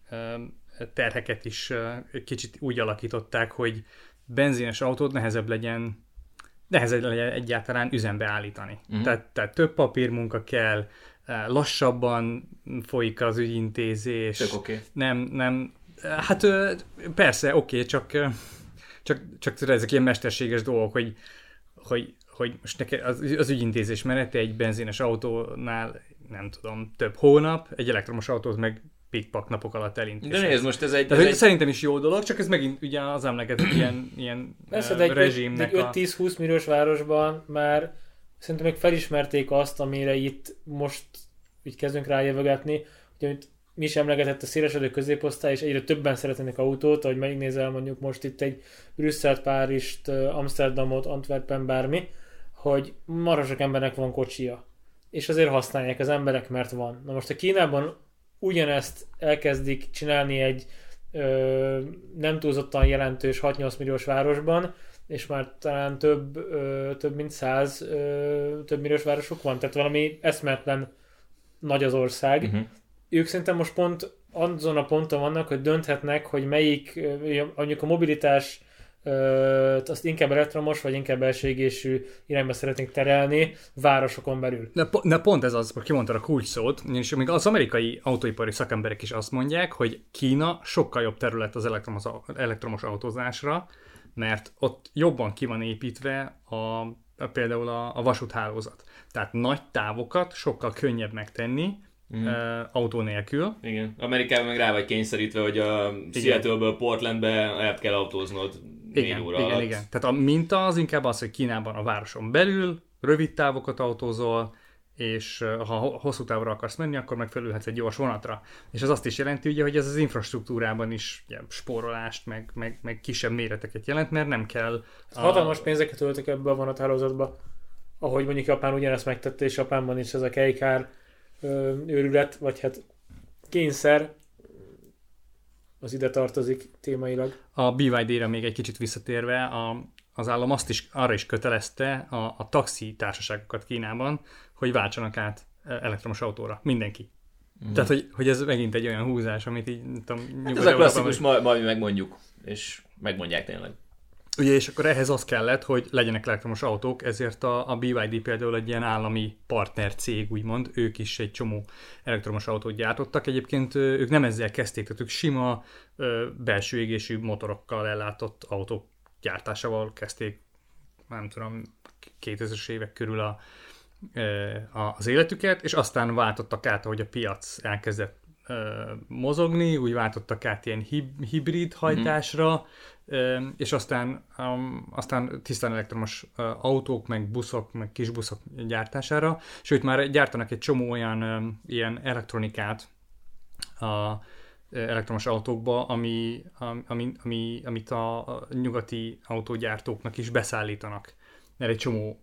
terheket is uh, kicsit úgy alakították, hogy benzines autót nehezebb legyen nehezebb legyen egyáltalán üzembe állítani. Uh-huh. Tehát, tehát több papírmunka kell, lassabban folyik az ügyintézés.
Tök oké. Okay.
Nem, nem, hát persze, oké, okay, csak, csak, csak ezek ilyen mesterséges dolgok, hogy, hogy, hogy most neked az, az ügyintézés menete egy benzines autónál, nem tudom, több hónap, egy elektromos autót meg pikpak napok alatt elintézés.
De nézd, most ez egy...
Ez egy... Szerintem is jó dolog, csak ez megint ugye az emlegetett ilyen, ilyen
Persze, uh, rezsimnek egy, egy öt-tíz-húsz milliós városban már szerintem még felismerték azt, amire itt most így kezdünk rájövögetni, hogy amit mi is emlegetett a szélesedő középosztály, és egyre többen szeretnének autót, ahogy megnézel mondjuk most itt egy Brüsszelt, Párizst, Amsterdamot, Antwerpen, bármi, hogy marha sok embernek van kocsia. És azért használják az emberek, mert van. Na most a Kínában ugyanezt elkezdik csinálni egy ö, nem túlzottan jelentős hat-nyolc milliós városban, és már talán több, ö, több mint száz ö, több milliós városok van, tehát valami eszméletlen nagy az ország. Uh-huh. Ők szerintem most pont azon a ponton vannak, hogy dönthetnek, hogy melyik, mondjuk a mobilitás azt inkább elektromos, vagy inkább belső égésű irányba szeretnénk terelni városokon belül.
De, de pont ez az, hogy kimondtad a kulcs szót, és még az amerikai autóipari szakemberek is azt mondják, hogy Kína sokkal jobb terület az elektromos, elektromos autózásra, mert ott jobban ki van építve a, a, például a, a vasúthálózat. Tehát nagy távokat sokkal könnyebb megtenni, Mm. Uh, autó nélkül.
Igen. Amerikában meg rá vagy kényszerítve, hogy a Seattle-ből Portlandbe el kell autóznod négy óra
igen,
alatt.
Igen, tehát a minta az inkább az, hogy Kínában a városon belül rövid távokat autózol, és ha hosszú távra akarsz menni, akkor megfelülhetsz egy gyors vonatra. És az azt is jelenti, ugye, hogy ez az infrastruktúrában is ugye, spórolást, meg, meg, meg kisebb méreteket jelent, mert nem kell...
A... Hatalmas pénzeket öltek ebbe a vonathálózatba, ahogy mondjuk Japán ugyanezt megtette, és Japánban is ez a kejkár őrület, vagy hát kényszer, az ide tartozik témailag.
A bé vé dé-re még egy kicsit visszatérve, a, az állam azt is, arra is kötelezte a, a taxi társaságokat Kínában, hogy váltsanak át elektromos autóra. Mindenki. Mm. Tehát, hogy, hogy ez megint egy olyan húzás, amit így, nem tudom...
Hát ez a klasszikus, majd, majd megmondjuk, és megmondják tényleg.
Ugye, és akkor ehhez az kellett, hogy legyenek elektromos autók, ezért a, a bé vé dé például egy ilyen állami partner cég, úgymond, ők is egy csomó elektromos autót gyártottak. Egyébként ők nem ezzel kezdték, tehát ők sima belső égésű motorokkal ellátott autók gyártásával kezdték, nem tudom, kétezres évek körül a, a, az életüket, és aztán váltottak át, ahogy a piac elkezdett mozogni, úgy váltottak át ilyen hib- hibrid hajtásra, mm. és aztán, um, aztán tisztán elektromos uh, autók, meg buszok, meg kisbuszok gyártására, sőt már gyártanak egy csomó olyan um, ilyen elektronikát a, elektromos autókba, ami, ami, ami, amit a nyugati autógyártóknak is beszállítanak. Mert egy csomó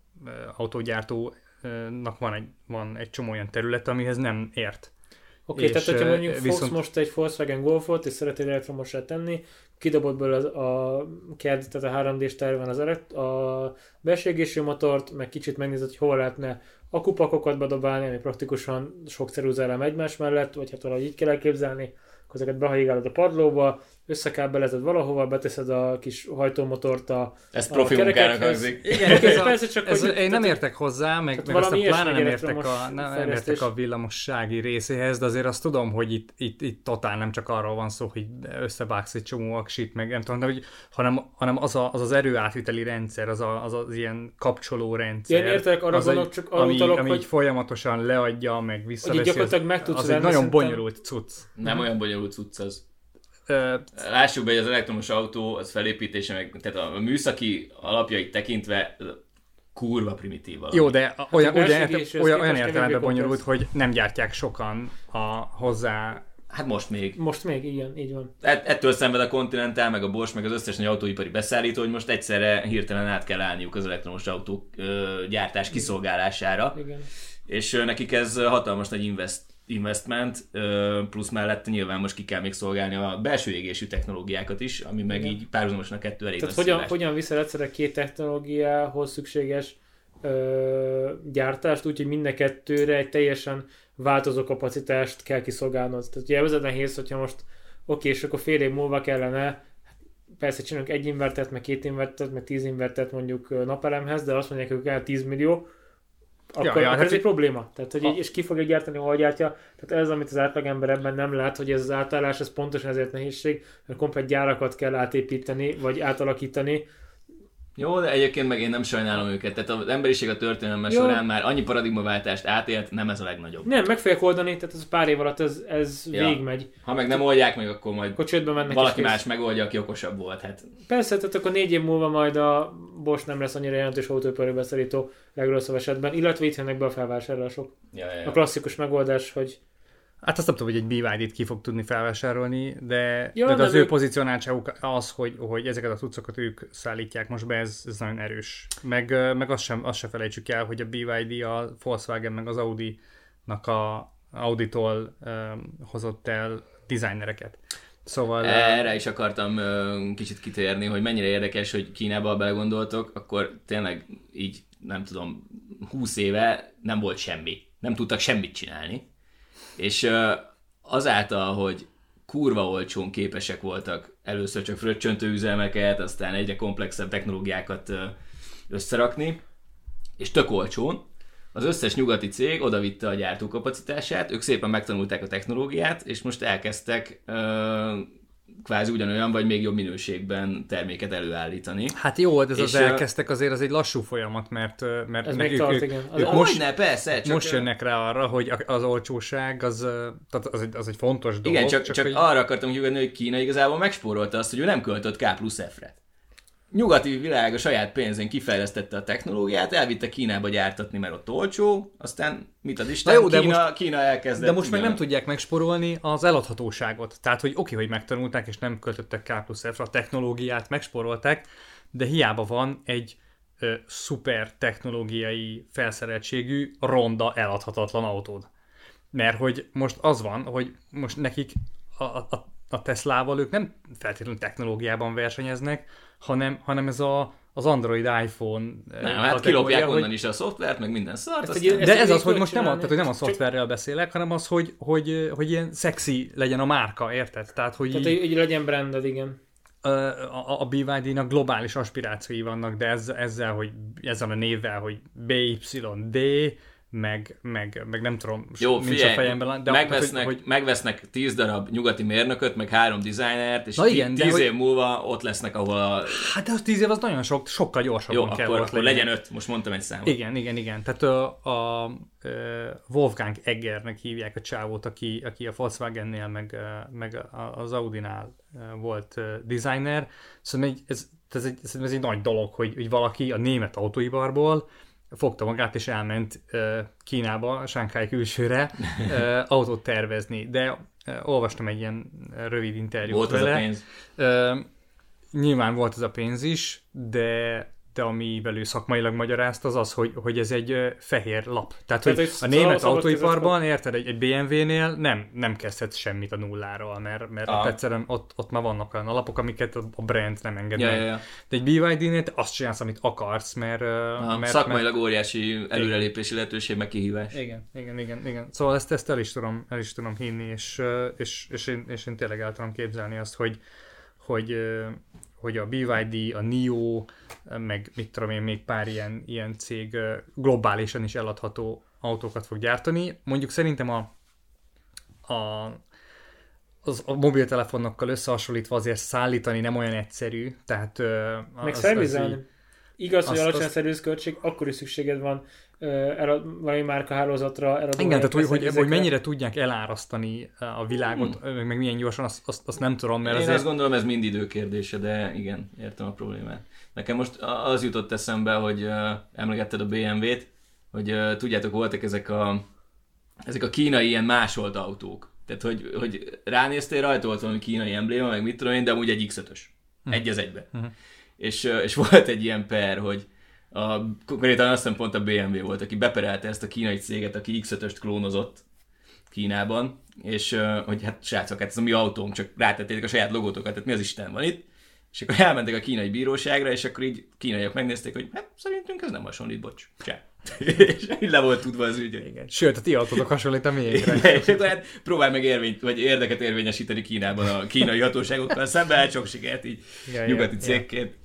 autógyártónak van egy, van egy csomó olyan terület, amihez nem ért.
Oké, okay, tehát hogyha mondjuk viszont... fogsz most egy Volkswagen Golfot, és szeretnél elektromosra tenni, kidobod belőle a, a cé á dé, tehát a három dés terven az elekt, a belső égésű motort, meg kicsit megnézed, hogy hol lehetne akupakokat bedobálni, ami praktikusan sok ceruzálám egymás mellett, vagy hát valahogy így kell elképzelni, akkor ezeket behajigálod a padlóba, összekábelezed valahova, beteszed a kis hajtómotort a
Ez profi munkának hangzik.
Igen, ez ez a, persze csak, ez hogy, én nem értek hozzá, meg, meg aztán pláne nem értek, a, nem, nem értek a villamossági részéhez, de azért azt tudom, hogy itt, itt, itt totál nem csak arról van szó, hogy összevágsz egy csomó aksit, meg nem tudom, de, hogy, hanem, hanem az, a, az az erőátviteli rendszer, az, a, az az ilyen kapcsoló rendszer.
Én értek, arra gondolok, csak arra
ami,
utalok,
ami
hogy...
így folyamatosan leadja, meg visszaveszi.
Az, az
egy nagyon bonyolult cucc.
Nem olyan bonyolult cucc az. Uh, Lássuk be, hogy az elektromos autó, az felépítése, meg, tehát a műszaki alapjait tekintve kurva primitív valami.
Jó, de olyan, hát olyan, olyan, olyan értelemben bonyolult, hogy nem gyártják sokan a hozzá...
Hát most még.
Most még, igen, így van.
Et, ettől szenved a Continental, meg a Bosch, meg az összes nagy autóipari beszállító, hogy most egyszerre hirtelen át kell állniuk az elektromos autók ö, gyártás kiszolgálására.
Igen.
És ö, nekik ez hatalmas nagy invest investment, plusz mellett nyilván most ki kell még szolgálni a belső égésű technológiákat is, ami meg igen. Így párhuzamosan a kettő elég.
Tehát hogyan, hogyan viszel egyszerre két technológiához szükséges ö, gyártást, úgyhogy minden kettőre egy teljesen változó kapacitást kell kiszolgálnod. Tehát ugye ez nehéz, hogyha most oké, és akkor fél év múlva kellene, persze csinálunk egy invertert, meg két invertert, meg tíz invertert mondjuk napelemhez, de azt mondják, hogy kell tíz millió, akkor, ja, ja, akkor hát ez egy probléma. Tehát, hogy a... És ki fogja gyártani, hol gyártja. Tehát ez, amit az átlagember ebben nem lát, hogy ez az átállás, ez pontosan ezért nehézség, mert komplet gyárakat kell átépíteni, vagy átalakítani.
Jó, de egyébként meg én nem sajnálom őket. Tehát az emberiség a történelme során már annyi paradigmaváltást átélt, nem ez a legnagyobb.
Nem, meg fogják oldani, tehát ez pár év alatt ez, ez ja. végigmegy.
Ha meg nem oldják meg, akkor majd
akkor
valaki más megoldja, aki okosabb volt. Hát.
Persze, tehát akkor négy év múlva majd a Bosch nem lesz annyira jelentős autóipari beszállító legrosszabb esetben, illetve itt jönnek be a felvásárlások.
Ja, ja, ja.
A klasszikus megoldás, hogy
hát azt nem tudom, hogy egy bé vé dé-t ki fog tudni felvásárolni, de,
ja,
de, de az
ők...
ő pozícionáltságuk az, hogy, hogy ezeket a cuccokat ők szállítják most be, ez, ez nagyon erős. Meg, meg azt, sem, azt sem felejtsük el, hogy a bé vé dé a Volkswagen meg az Audi-nak a Audi-tól um, hozott el designereket. Szóval...
Erre is akartam uh, kicsit kitérni, hogy mennyire érdekes, hogy Kínába belegondoltok, akkor tényleg így, nem tudom, húsz éve nem volt semmi. Nem tudtak semmit csinálni. És uh, azáltal, hogy kurva olcsón képesek voltak először csak fröccsöntő üzemeket, aztán egyre komplexebb technológiákat uh, összerakni, és tök olcsón, az összes nyugati cég odavitte a gyártókapacitását, ők szépen megtanulták a technológiát, és most elkezdtek uh, kvázi ugyanolyan, vagy még jobb minőségben terméket előállítani.
Hát jó, ez az elkezdtek azért az egy lassú folyamat, mert, mert
ez
meg
még
ők,
tart,
ők,
igen.
ők
az
most,
ne, persze, csak
most jönnek rá arra, hogy az olcsóság az, az, egy, az egy fontos dolog.
Igen, csak, csak, csak
hogy...
arra akartam kiugodni, hogy Kína igazából megspórolta azt, hogy ő nem költött K plusz F-re. Nyugati világ a saját pénzén kifejlesztette a technológiát, elvitte Kínába gyártatni, mert ott olcsó, aztán mit ad Isten,
jó, de
Kína,
most,
Kína elkezdett.
De most meg nem tudják megspórolni az eladhatóságot. Tehát, hogy oké, hogy megtanulták, és nem költöttek K plusz F-ra, a technológiát megspórolták, de hiába van egy ö, szuper technológiai felszereltségű, ronda, eladhatatlan autód. Mert hogy most az van, hogy most nekik a, a, a Teslával ők nem feltétlenül technológiában versenyeznek, hanem, hanem ez a, az Android, iPhone...
Nem, hát kilopják onnan hogy... is a szoftvert, meg minden szart.
Aztán... Egy,
de ez az, hogy most nem, a, tehát, hogy nem a szoftverrel beszélek, hanem az, hogy, hogy, hogy ilyen szexi legyen a márka, érted? Tehát, hogy,
tehát, így, hogy legyen branded, igen.
A, a, a bé vé dé-nak globális aspirációi vannak, de ezzel, ezzel, hogy ezzel a névvel, hogy bé ipszilon dé, meg, meg, meg nem tudom,
jó,
nincs
figyelj,
a fejemben. De
megvesznek,
hogy, hogy...
megvesznek tíz darab nyugati mérnököt, meg három designert, és
na igen,
tíz év
hogy...
múlva ott lesznek, ahol a...
Hát de az tíz év az nagyon sok, sokkal gyorsabban
jó,
kell
akkor,
ott
akkor
legyen.
legyen öt, most mondtam egy számot.
Igen, igen, igen. Tehát a, a, a Wolfgang Eggernek hívják a csávót, aki, aki a Volkswagennél, meg, meg az Audinál volt designer. Szóval ez, ez, egy, ez egy nagy dolog, hogy, hogy valaki a német autóiparból fogta magát és elment uh, Kínába, Shanghai külsőre uh, autót tervezni. De olvastam egy ilyen rövid interjút
volt
vele.
Ez a pénz.
Uh, nyilván volt ez a pénz is, de de amivel ő szakmailag magyarázta, az az, hogy, hogy ez egy uh, fehér lap. Tehát, Tehát hogy a német autóiparban, érted, egy, egy bé em vé-nél nem, nem kezdhetsz semmit a nulláról, mert, mert ott egyszerűen ott, ott már vannak olyan alapok, amiket a brand nem enged
ja,
meg.
Ja, ja.
De egy bé vé dé-nél te azt csinálsz, amit akarsz, mert... Uh, mert
szakmailag
mert...
óriási előrelépési lehetőség, meg kihívás.
Igen, igen, igen, igen. Szóval ezt, ezt el, is tudom, el is tudom hinni, és, és, és, én, és én tényleg el tudom képzelni azt, hogy, hogy hogy a bé vé dé, a NIO, meg mit tudom én, még pár ilyen, ilyen cég globálisan is eladható autókat fog gyártani. Mondjuk szerintem a, a, az, a mobiltelefonokkal összehasonlítva azért szállítani nem olyan egyszerű. Tehát,
meg szervizelni. Igaz, hogy alacsony a szervizköltség, akkor is szükséged van uh, valami márkahálózatra.
Igen, tehát hogy, hogy, hogy mennyire tudják elárasztani a világot, hmm. meg milyen gyorsan, azt, azt, azt nem tudom. Mert
Én
azért...
azt gondolom, ez mind időkérdése, de igen, értem a problémát. Nekem most az jutott eszembe, hogy uh, emlegetted a bé em vét, hogy uh, tudjátok, voltak ezek a, ezek a kínai ilyen másolt autók. Tehát, hogy, hogy ránéztél, rajta volt valami kínai embléma, meg mit tudom én, de amúgy egy iksz ötös. Hmm. Egy az egybe. Hmm. És, és volt egy ilyen per, hogy a, konkrétan azt hiszem pont a bé em vé volt, aki beperelte ezt a kínai céget, aki iksz ötöst klónozott Kínában, és hogy hát srácok, hát ez a mi autónk, csak rátettétek a saját logótokat, tehát mi az Isten van itt, és akkor elmentek a kínai bíróságra, és akkor így kínaiak megnézték, hogy hát szerintünk ez nem hasonlít, bocs, csá. És így le volt tudva az ügy.
Igen. Sőt, a ti autótok hasonlít a miénkre.
És akkor hát próbálj meg érvényt, vagy érdeket érvényesíteni Kínában a kínai hatóságokkal szemben, hát sok sikert így ja, nyugati ja, cégként.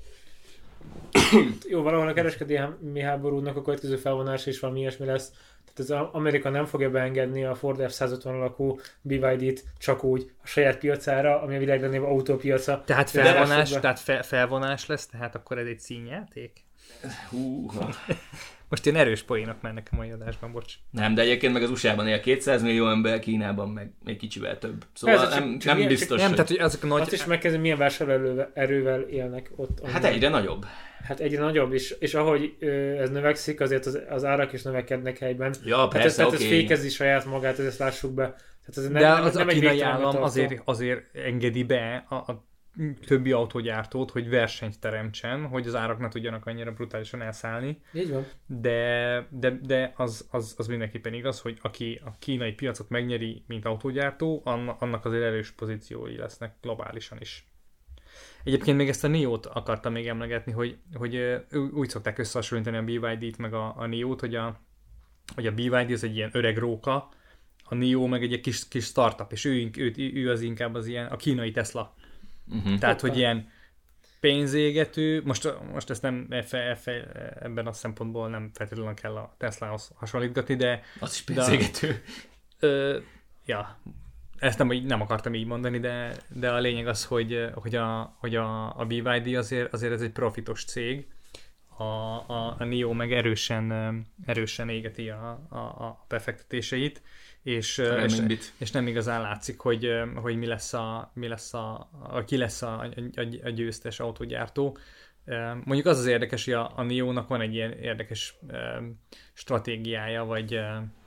Ja. Jó, valahol a kereskedelmi háborúnak a következő felvonása is valami ilyesmi lesz. Tehát az Amerika nem fogja beengedni a Ford ef száz ötven alakú bé vé dét csak úgy a saját piacára, ami a világ legnagyobb autópiaca.
Tehát felvonás, tehát fe, felvonás lesz, tehát akkor ez egy színjáték?
Hú.
Most ilyen erős poénok mennek a mai adásban, bocs.
Nem, de egyébként meg az u es á-ban él kétszáz millió ember, Kínában meg egy kicsivel több. Szóval
Persze,
nem,
csak,
nem
csak
biztos,
nem,
hogy...
tehát, hogy azok a nagy...
Azt is megkezdeni, milyen vásárlóerővel élnek ott.
Hát egyre nagyobb.
Hát egyre nagyobb, és, és ahogy ö, ez növekszik, azért az, az árak is növekednek helyben.
Ja, persze,
hát ez,
okay.
Tehát ez fékezi saját magát, ezt lássuk be. Tehát ez
de
nem,
az
nem
a
egy
kínai állam azért, azért engedi be a, a többi autógyártót, hogy versenyt teremtsen, hogy az árak ne tudjanak annyira brutálisan elszállni.
Így van.
De, de, de az, az, az mindenképpen igaz, hogy aki a kínai piacot megnyeri, mint autógyártó, annak azért erős pozíciói lesznek globálisan is. Egyébként még ezt a NIO-t akartam még emlegetni, hogy, hogy úgy szokták összehasonlítani a bé vé dét meg a, a NIO-t, hogy a, hogy a bé vé dé az egy ilyen öreg róka, a NIO meg egy kis, kis startup, és ő, ő, ő az inkább az ilyen, a kínai Tesla. Uh-huh. Tehát, hogy ilyen pénzégető, most, most ezt nem ebben a szempontból nem feltétlenül kell a Teslahoz hasonlítgatni, de...
Az is pénzégető.
De, ö, ja, ezt nem, nem akartam így mondani, de, de a lényeg az, hogy, hogy, a, hogy a, a bé vé dé azért, azért ez egy profitos cég, a, a, a NIO meg erősen, erősen égeti a, a, a befektetéseit, és, és, és nem igazán látszik, hogy, hogy mi lesz a, mi lesz a, a ki lesz a, a, a győztes autógyártó. Mondjuk az az érdekes, hogy a, a NIO-nak van egy ilyen érdekes stratégiája, vagy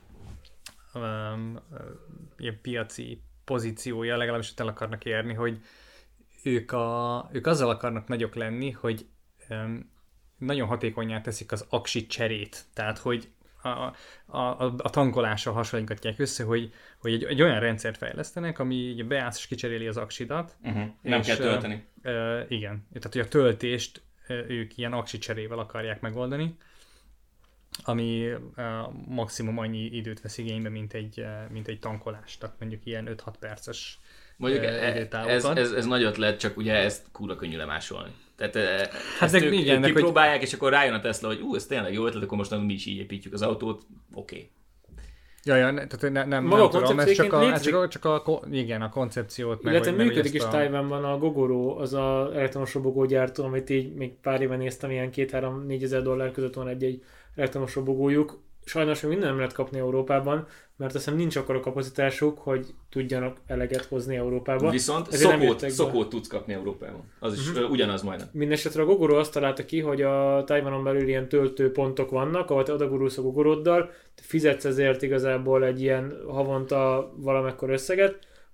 um, ilyen piaci pozíciója, legalábbis el akarnak érni, hogy ők, a, ők azzal akarnak nagyok lenni, hogy um, nagyon hatékonnyá teszik az aksi cserét. Tehát, hogy a, a, a tankolással hasonlítják össze, hogy, hogy egy, egy olyan rendszert fejlesztenek, ami beállsz és kicseréli az aksidat.
Uh-huh. Nem és, kell tölteni.
Uh, uh, igen. Tehát, hogy a töltést uh, ők ilyen aksi cserével akarják megoldani, ami uh, maximum annyi időt vesz igénybe, mint egy, uh, mint egy tankolás. Tehát mondjuk ilyen öt-hat perces
Mondjuk uh, ez, ez, ez nagyot lett, csak ugye ezt kurva könnyű lemásolni. Tehát hát ezt ők, igen, ők kipróbálják, hogy... és akkor rájön a Tesla, hogy ú, ez tényleg jó ötlet, akkor most mi is így építjük az autót, oké. Okay.
Ja, ja, ne, tehát nem, nem, nem tudom, ez csak a, ez csak a, csak a, igen, a koncepciót.
Meg, illetve működik is a... Taiwanban a Gogoro, az az elektromos robogógyártó, amit így még pár éve néztem, ilyen két-három-négy ezer dollár között van egy-egy elektromos robogójuk. Sajnos még minden nem lehet kapni Európában, mert azt hiszem nincs akkor a kapacitásuk, hogy tudjanak eleget hozni Európában.
Viszont szokót, szokót tudsz kapni Európában. Az is uh-huh. ugyanaz majdnem.
Mindenesetre a Gogoro azt találta ki, hogy a Taiwanon belül ilyen töltőpontok vannak, ahol te odagurulsz a Gogoroddal, te fizetsz ezért igazából egy ilyen havonta valamekkor összeget,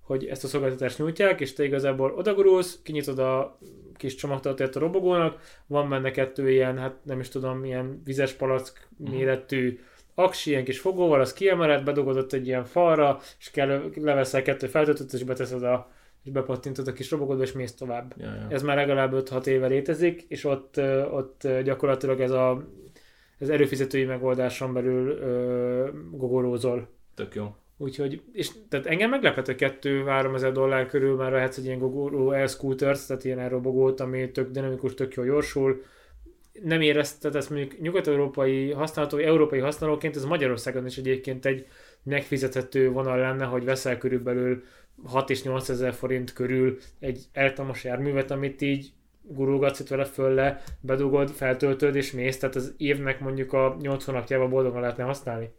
hogy ezt a szolgáltatást nyújtják, és te igazából odagurulsz, kinyitod a kis csomagtartóját a robogónak, van benne kettő ilyen, hát nem is tudom, ilyen vizes palack méretű aksi, ilyen kis fogóval, az kiemeled, bedugod ott egy ilyen falra, és kell, leveszel kettő feltöltőt, és beteszed a és bepattintod a kis robogodba, és mész tovább.
Ja, ja.
Ez már legalább öt-hat éve létezik, és ott, ott gyakorlatilag ez a ez erőfizetői megoldáson belül ö, gogorózol.
Tök jó.
Úgyhogy, és tehát engem meglepett, hogy kettő-három ezer dollár körül már vehetsz egy ilyen gogoró air-scooters, tehát ilyen aerobogót, ami tök dinamikus, tök jól gyorsul. Nem érezted ezt mondjuk nyugat-európai használható, európai használóként, ez Magyarországon is egyébként egy megfizethető vonal lenne, hogy veszel körülbelül hat és nyolc ezer forint körül egy elektromos járművet, amit így gurulgatsz itt vele föl le, bedugod, feltöltöd és mész, tehát az évnek mondjuk a nyolc hónapjában boldogan lehetne használni.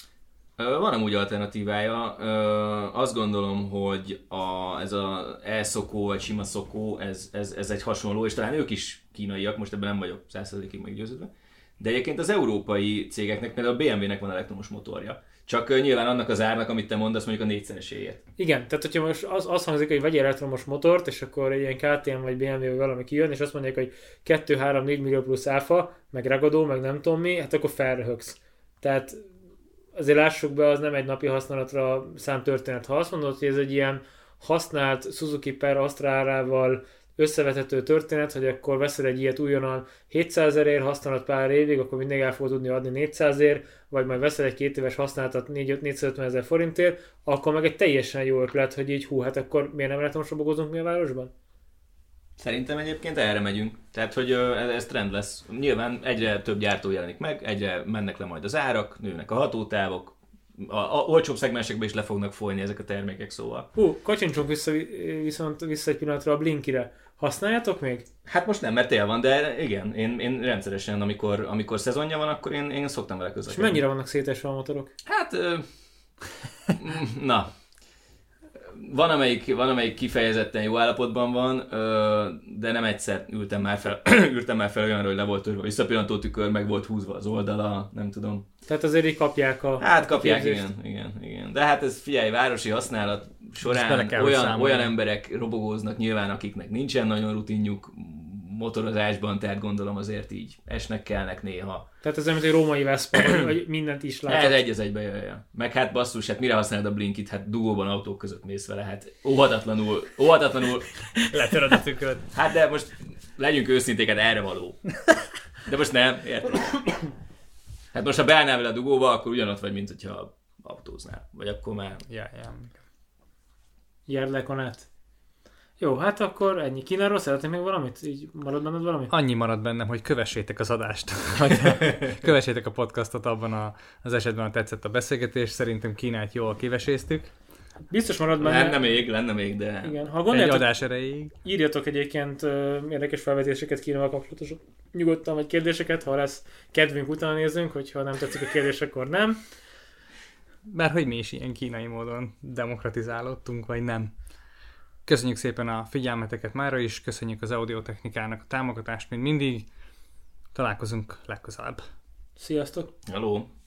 Van amúgy alternatívája. Azt gondolom, hogy a, ez az elszokó, vagy sima szokó, ez, ez, ez egy hasonló, és talán ők is kínaiak, most ebben nem vagyok száz százalékig meggyőződve. De egyébként az európai cégeknek, például a bé em vé-nek van elektromos motorja. Csak nyilván annak az árnak, amit te mondasz, mondjuk a négyszereséért.
Igen, tehát hogyha most az, az hangzik, hogy vegyél elektromos motort, és akkor egy ilyen ká té em vagy bé em vé vagy valami kijön, és azt mondják, hogy kettő három négy millió plusz áfa, meg ragadó, meg nem tudom mi, hát akkor felröhögsz. Tehát azért lássuk be, az nem egy napi használatra szám történet. Ha azt mondod, hogy ez egy ilyen használt Suzuki per Astrárával összevethető történet, hogy akkor veszel egy ilyet újonnan hétszázezerért, használod pár évig, akkor mindig el fogod tudni adni négyszázért, vagy majd veszel egy két éves használatot négyszázötven ezer forintért, akkor meg egy teljesen jó ötlet, hogy így hú, hát akkor miért nem elektromos robogozunk mi a városban?
Szerintem egyébként erre megyünk. Tehát, hogy ez, ez trend lesz. Nyilván egyre több gyártó jelenik meg, egyre mennek le majd az árak, nőnek a hatótávok, a, a olcsóbb szegmensekbe is le fognak folyni ezek a termékek, szóval.
Hú, kacsincsunk vissza, viszont vissza egy pillanatra a Blinkire. Használjátok még?
Hát most nem, mert tél van, de igen, én, én rendszeresen, amikor, amikor szezonja van, akkor én, én szoktam vele közlekedni.
És mennyire vannak szétesve a motorok?
Hát, ö, na, van amelyik, van amelyik kifejezetten jó állapotban van, ö, de nem egyszer ültem már fel, ültem már fel olyanra, hogy le volt törve a visszapillantó tükör, meg volt húzva az oldala, nem tudom.
Tehát azért így kapják a...
Hát kapják, igen, igen, igen. De hát ez figyelj, városi használat során olyan, olyan emberek robogóznak nyilván, akiknek nincsen nagyon rutinjuk motorozásban, tehát gondolom azért így esnek, kelnek néha.
Tehát ez olyan, mint egy római Vespa, vagy mindent is látod.
Ez egy az egybe jöjjön. Meg hát basszus, hát mire használod a Blinkit? Hát dugóban autók között mész vele, hát óhatatlanul, óhatatlanul...
Letöröd a tükröt.
Hát de most legyünk őszinték, hát erre való. De most nem, érted? Hát most ha beállnál vele a dugóba, akkor ugyanott vagy, mint hogyha autóznál. Vagy akkor már...
Ja, ja.
Járlekon át. Jó, hát akkor ennyi. Kínáról szeretnél még valamit? Így marad benned valami?
Annyi marad bennem, hogy kövessétek az adást. Kövessétek a podcastot, abban a, az esetben, ha tetszett a beszélgetés. Szerintem Kínát jól kiveséztük.
Biztos marad benne.
Lenne még, lenne még, de...
Igen, ha
egy adás erejéig.
Írjatok egyébként uh, érdekes felvetéseket Kínával kapcsolatosan nyugodtan, vagy kérdéseket, ha lesz kedvünk utána nézzünk, hogyha nem tetszik a kérdés, akkor nem.
Bár hogy mi is ilyen kínai módon demokratizálódtunk, vagy nem. Köszönjük szépen a figyelmeteket mára is, köszönjük az Audiotechnikának a támogatást, mint mindig. Találkozunk legközelebb.
Sziasztok!
Hello!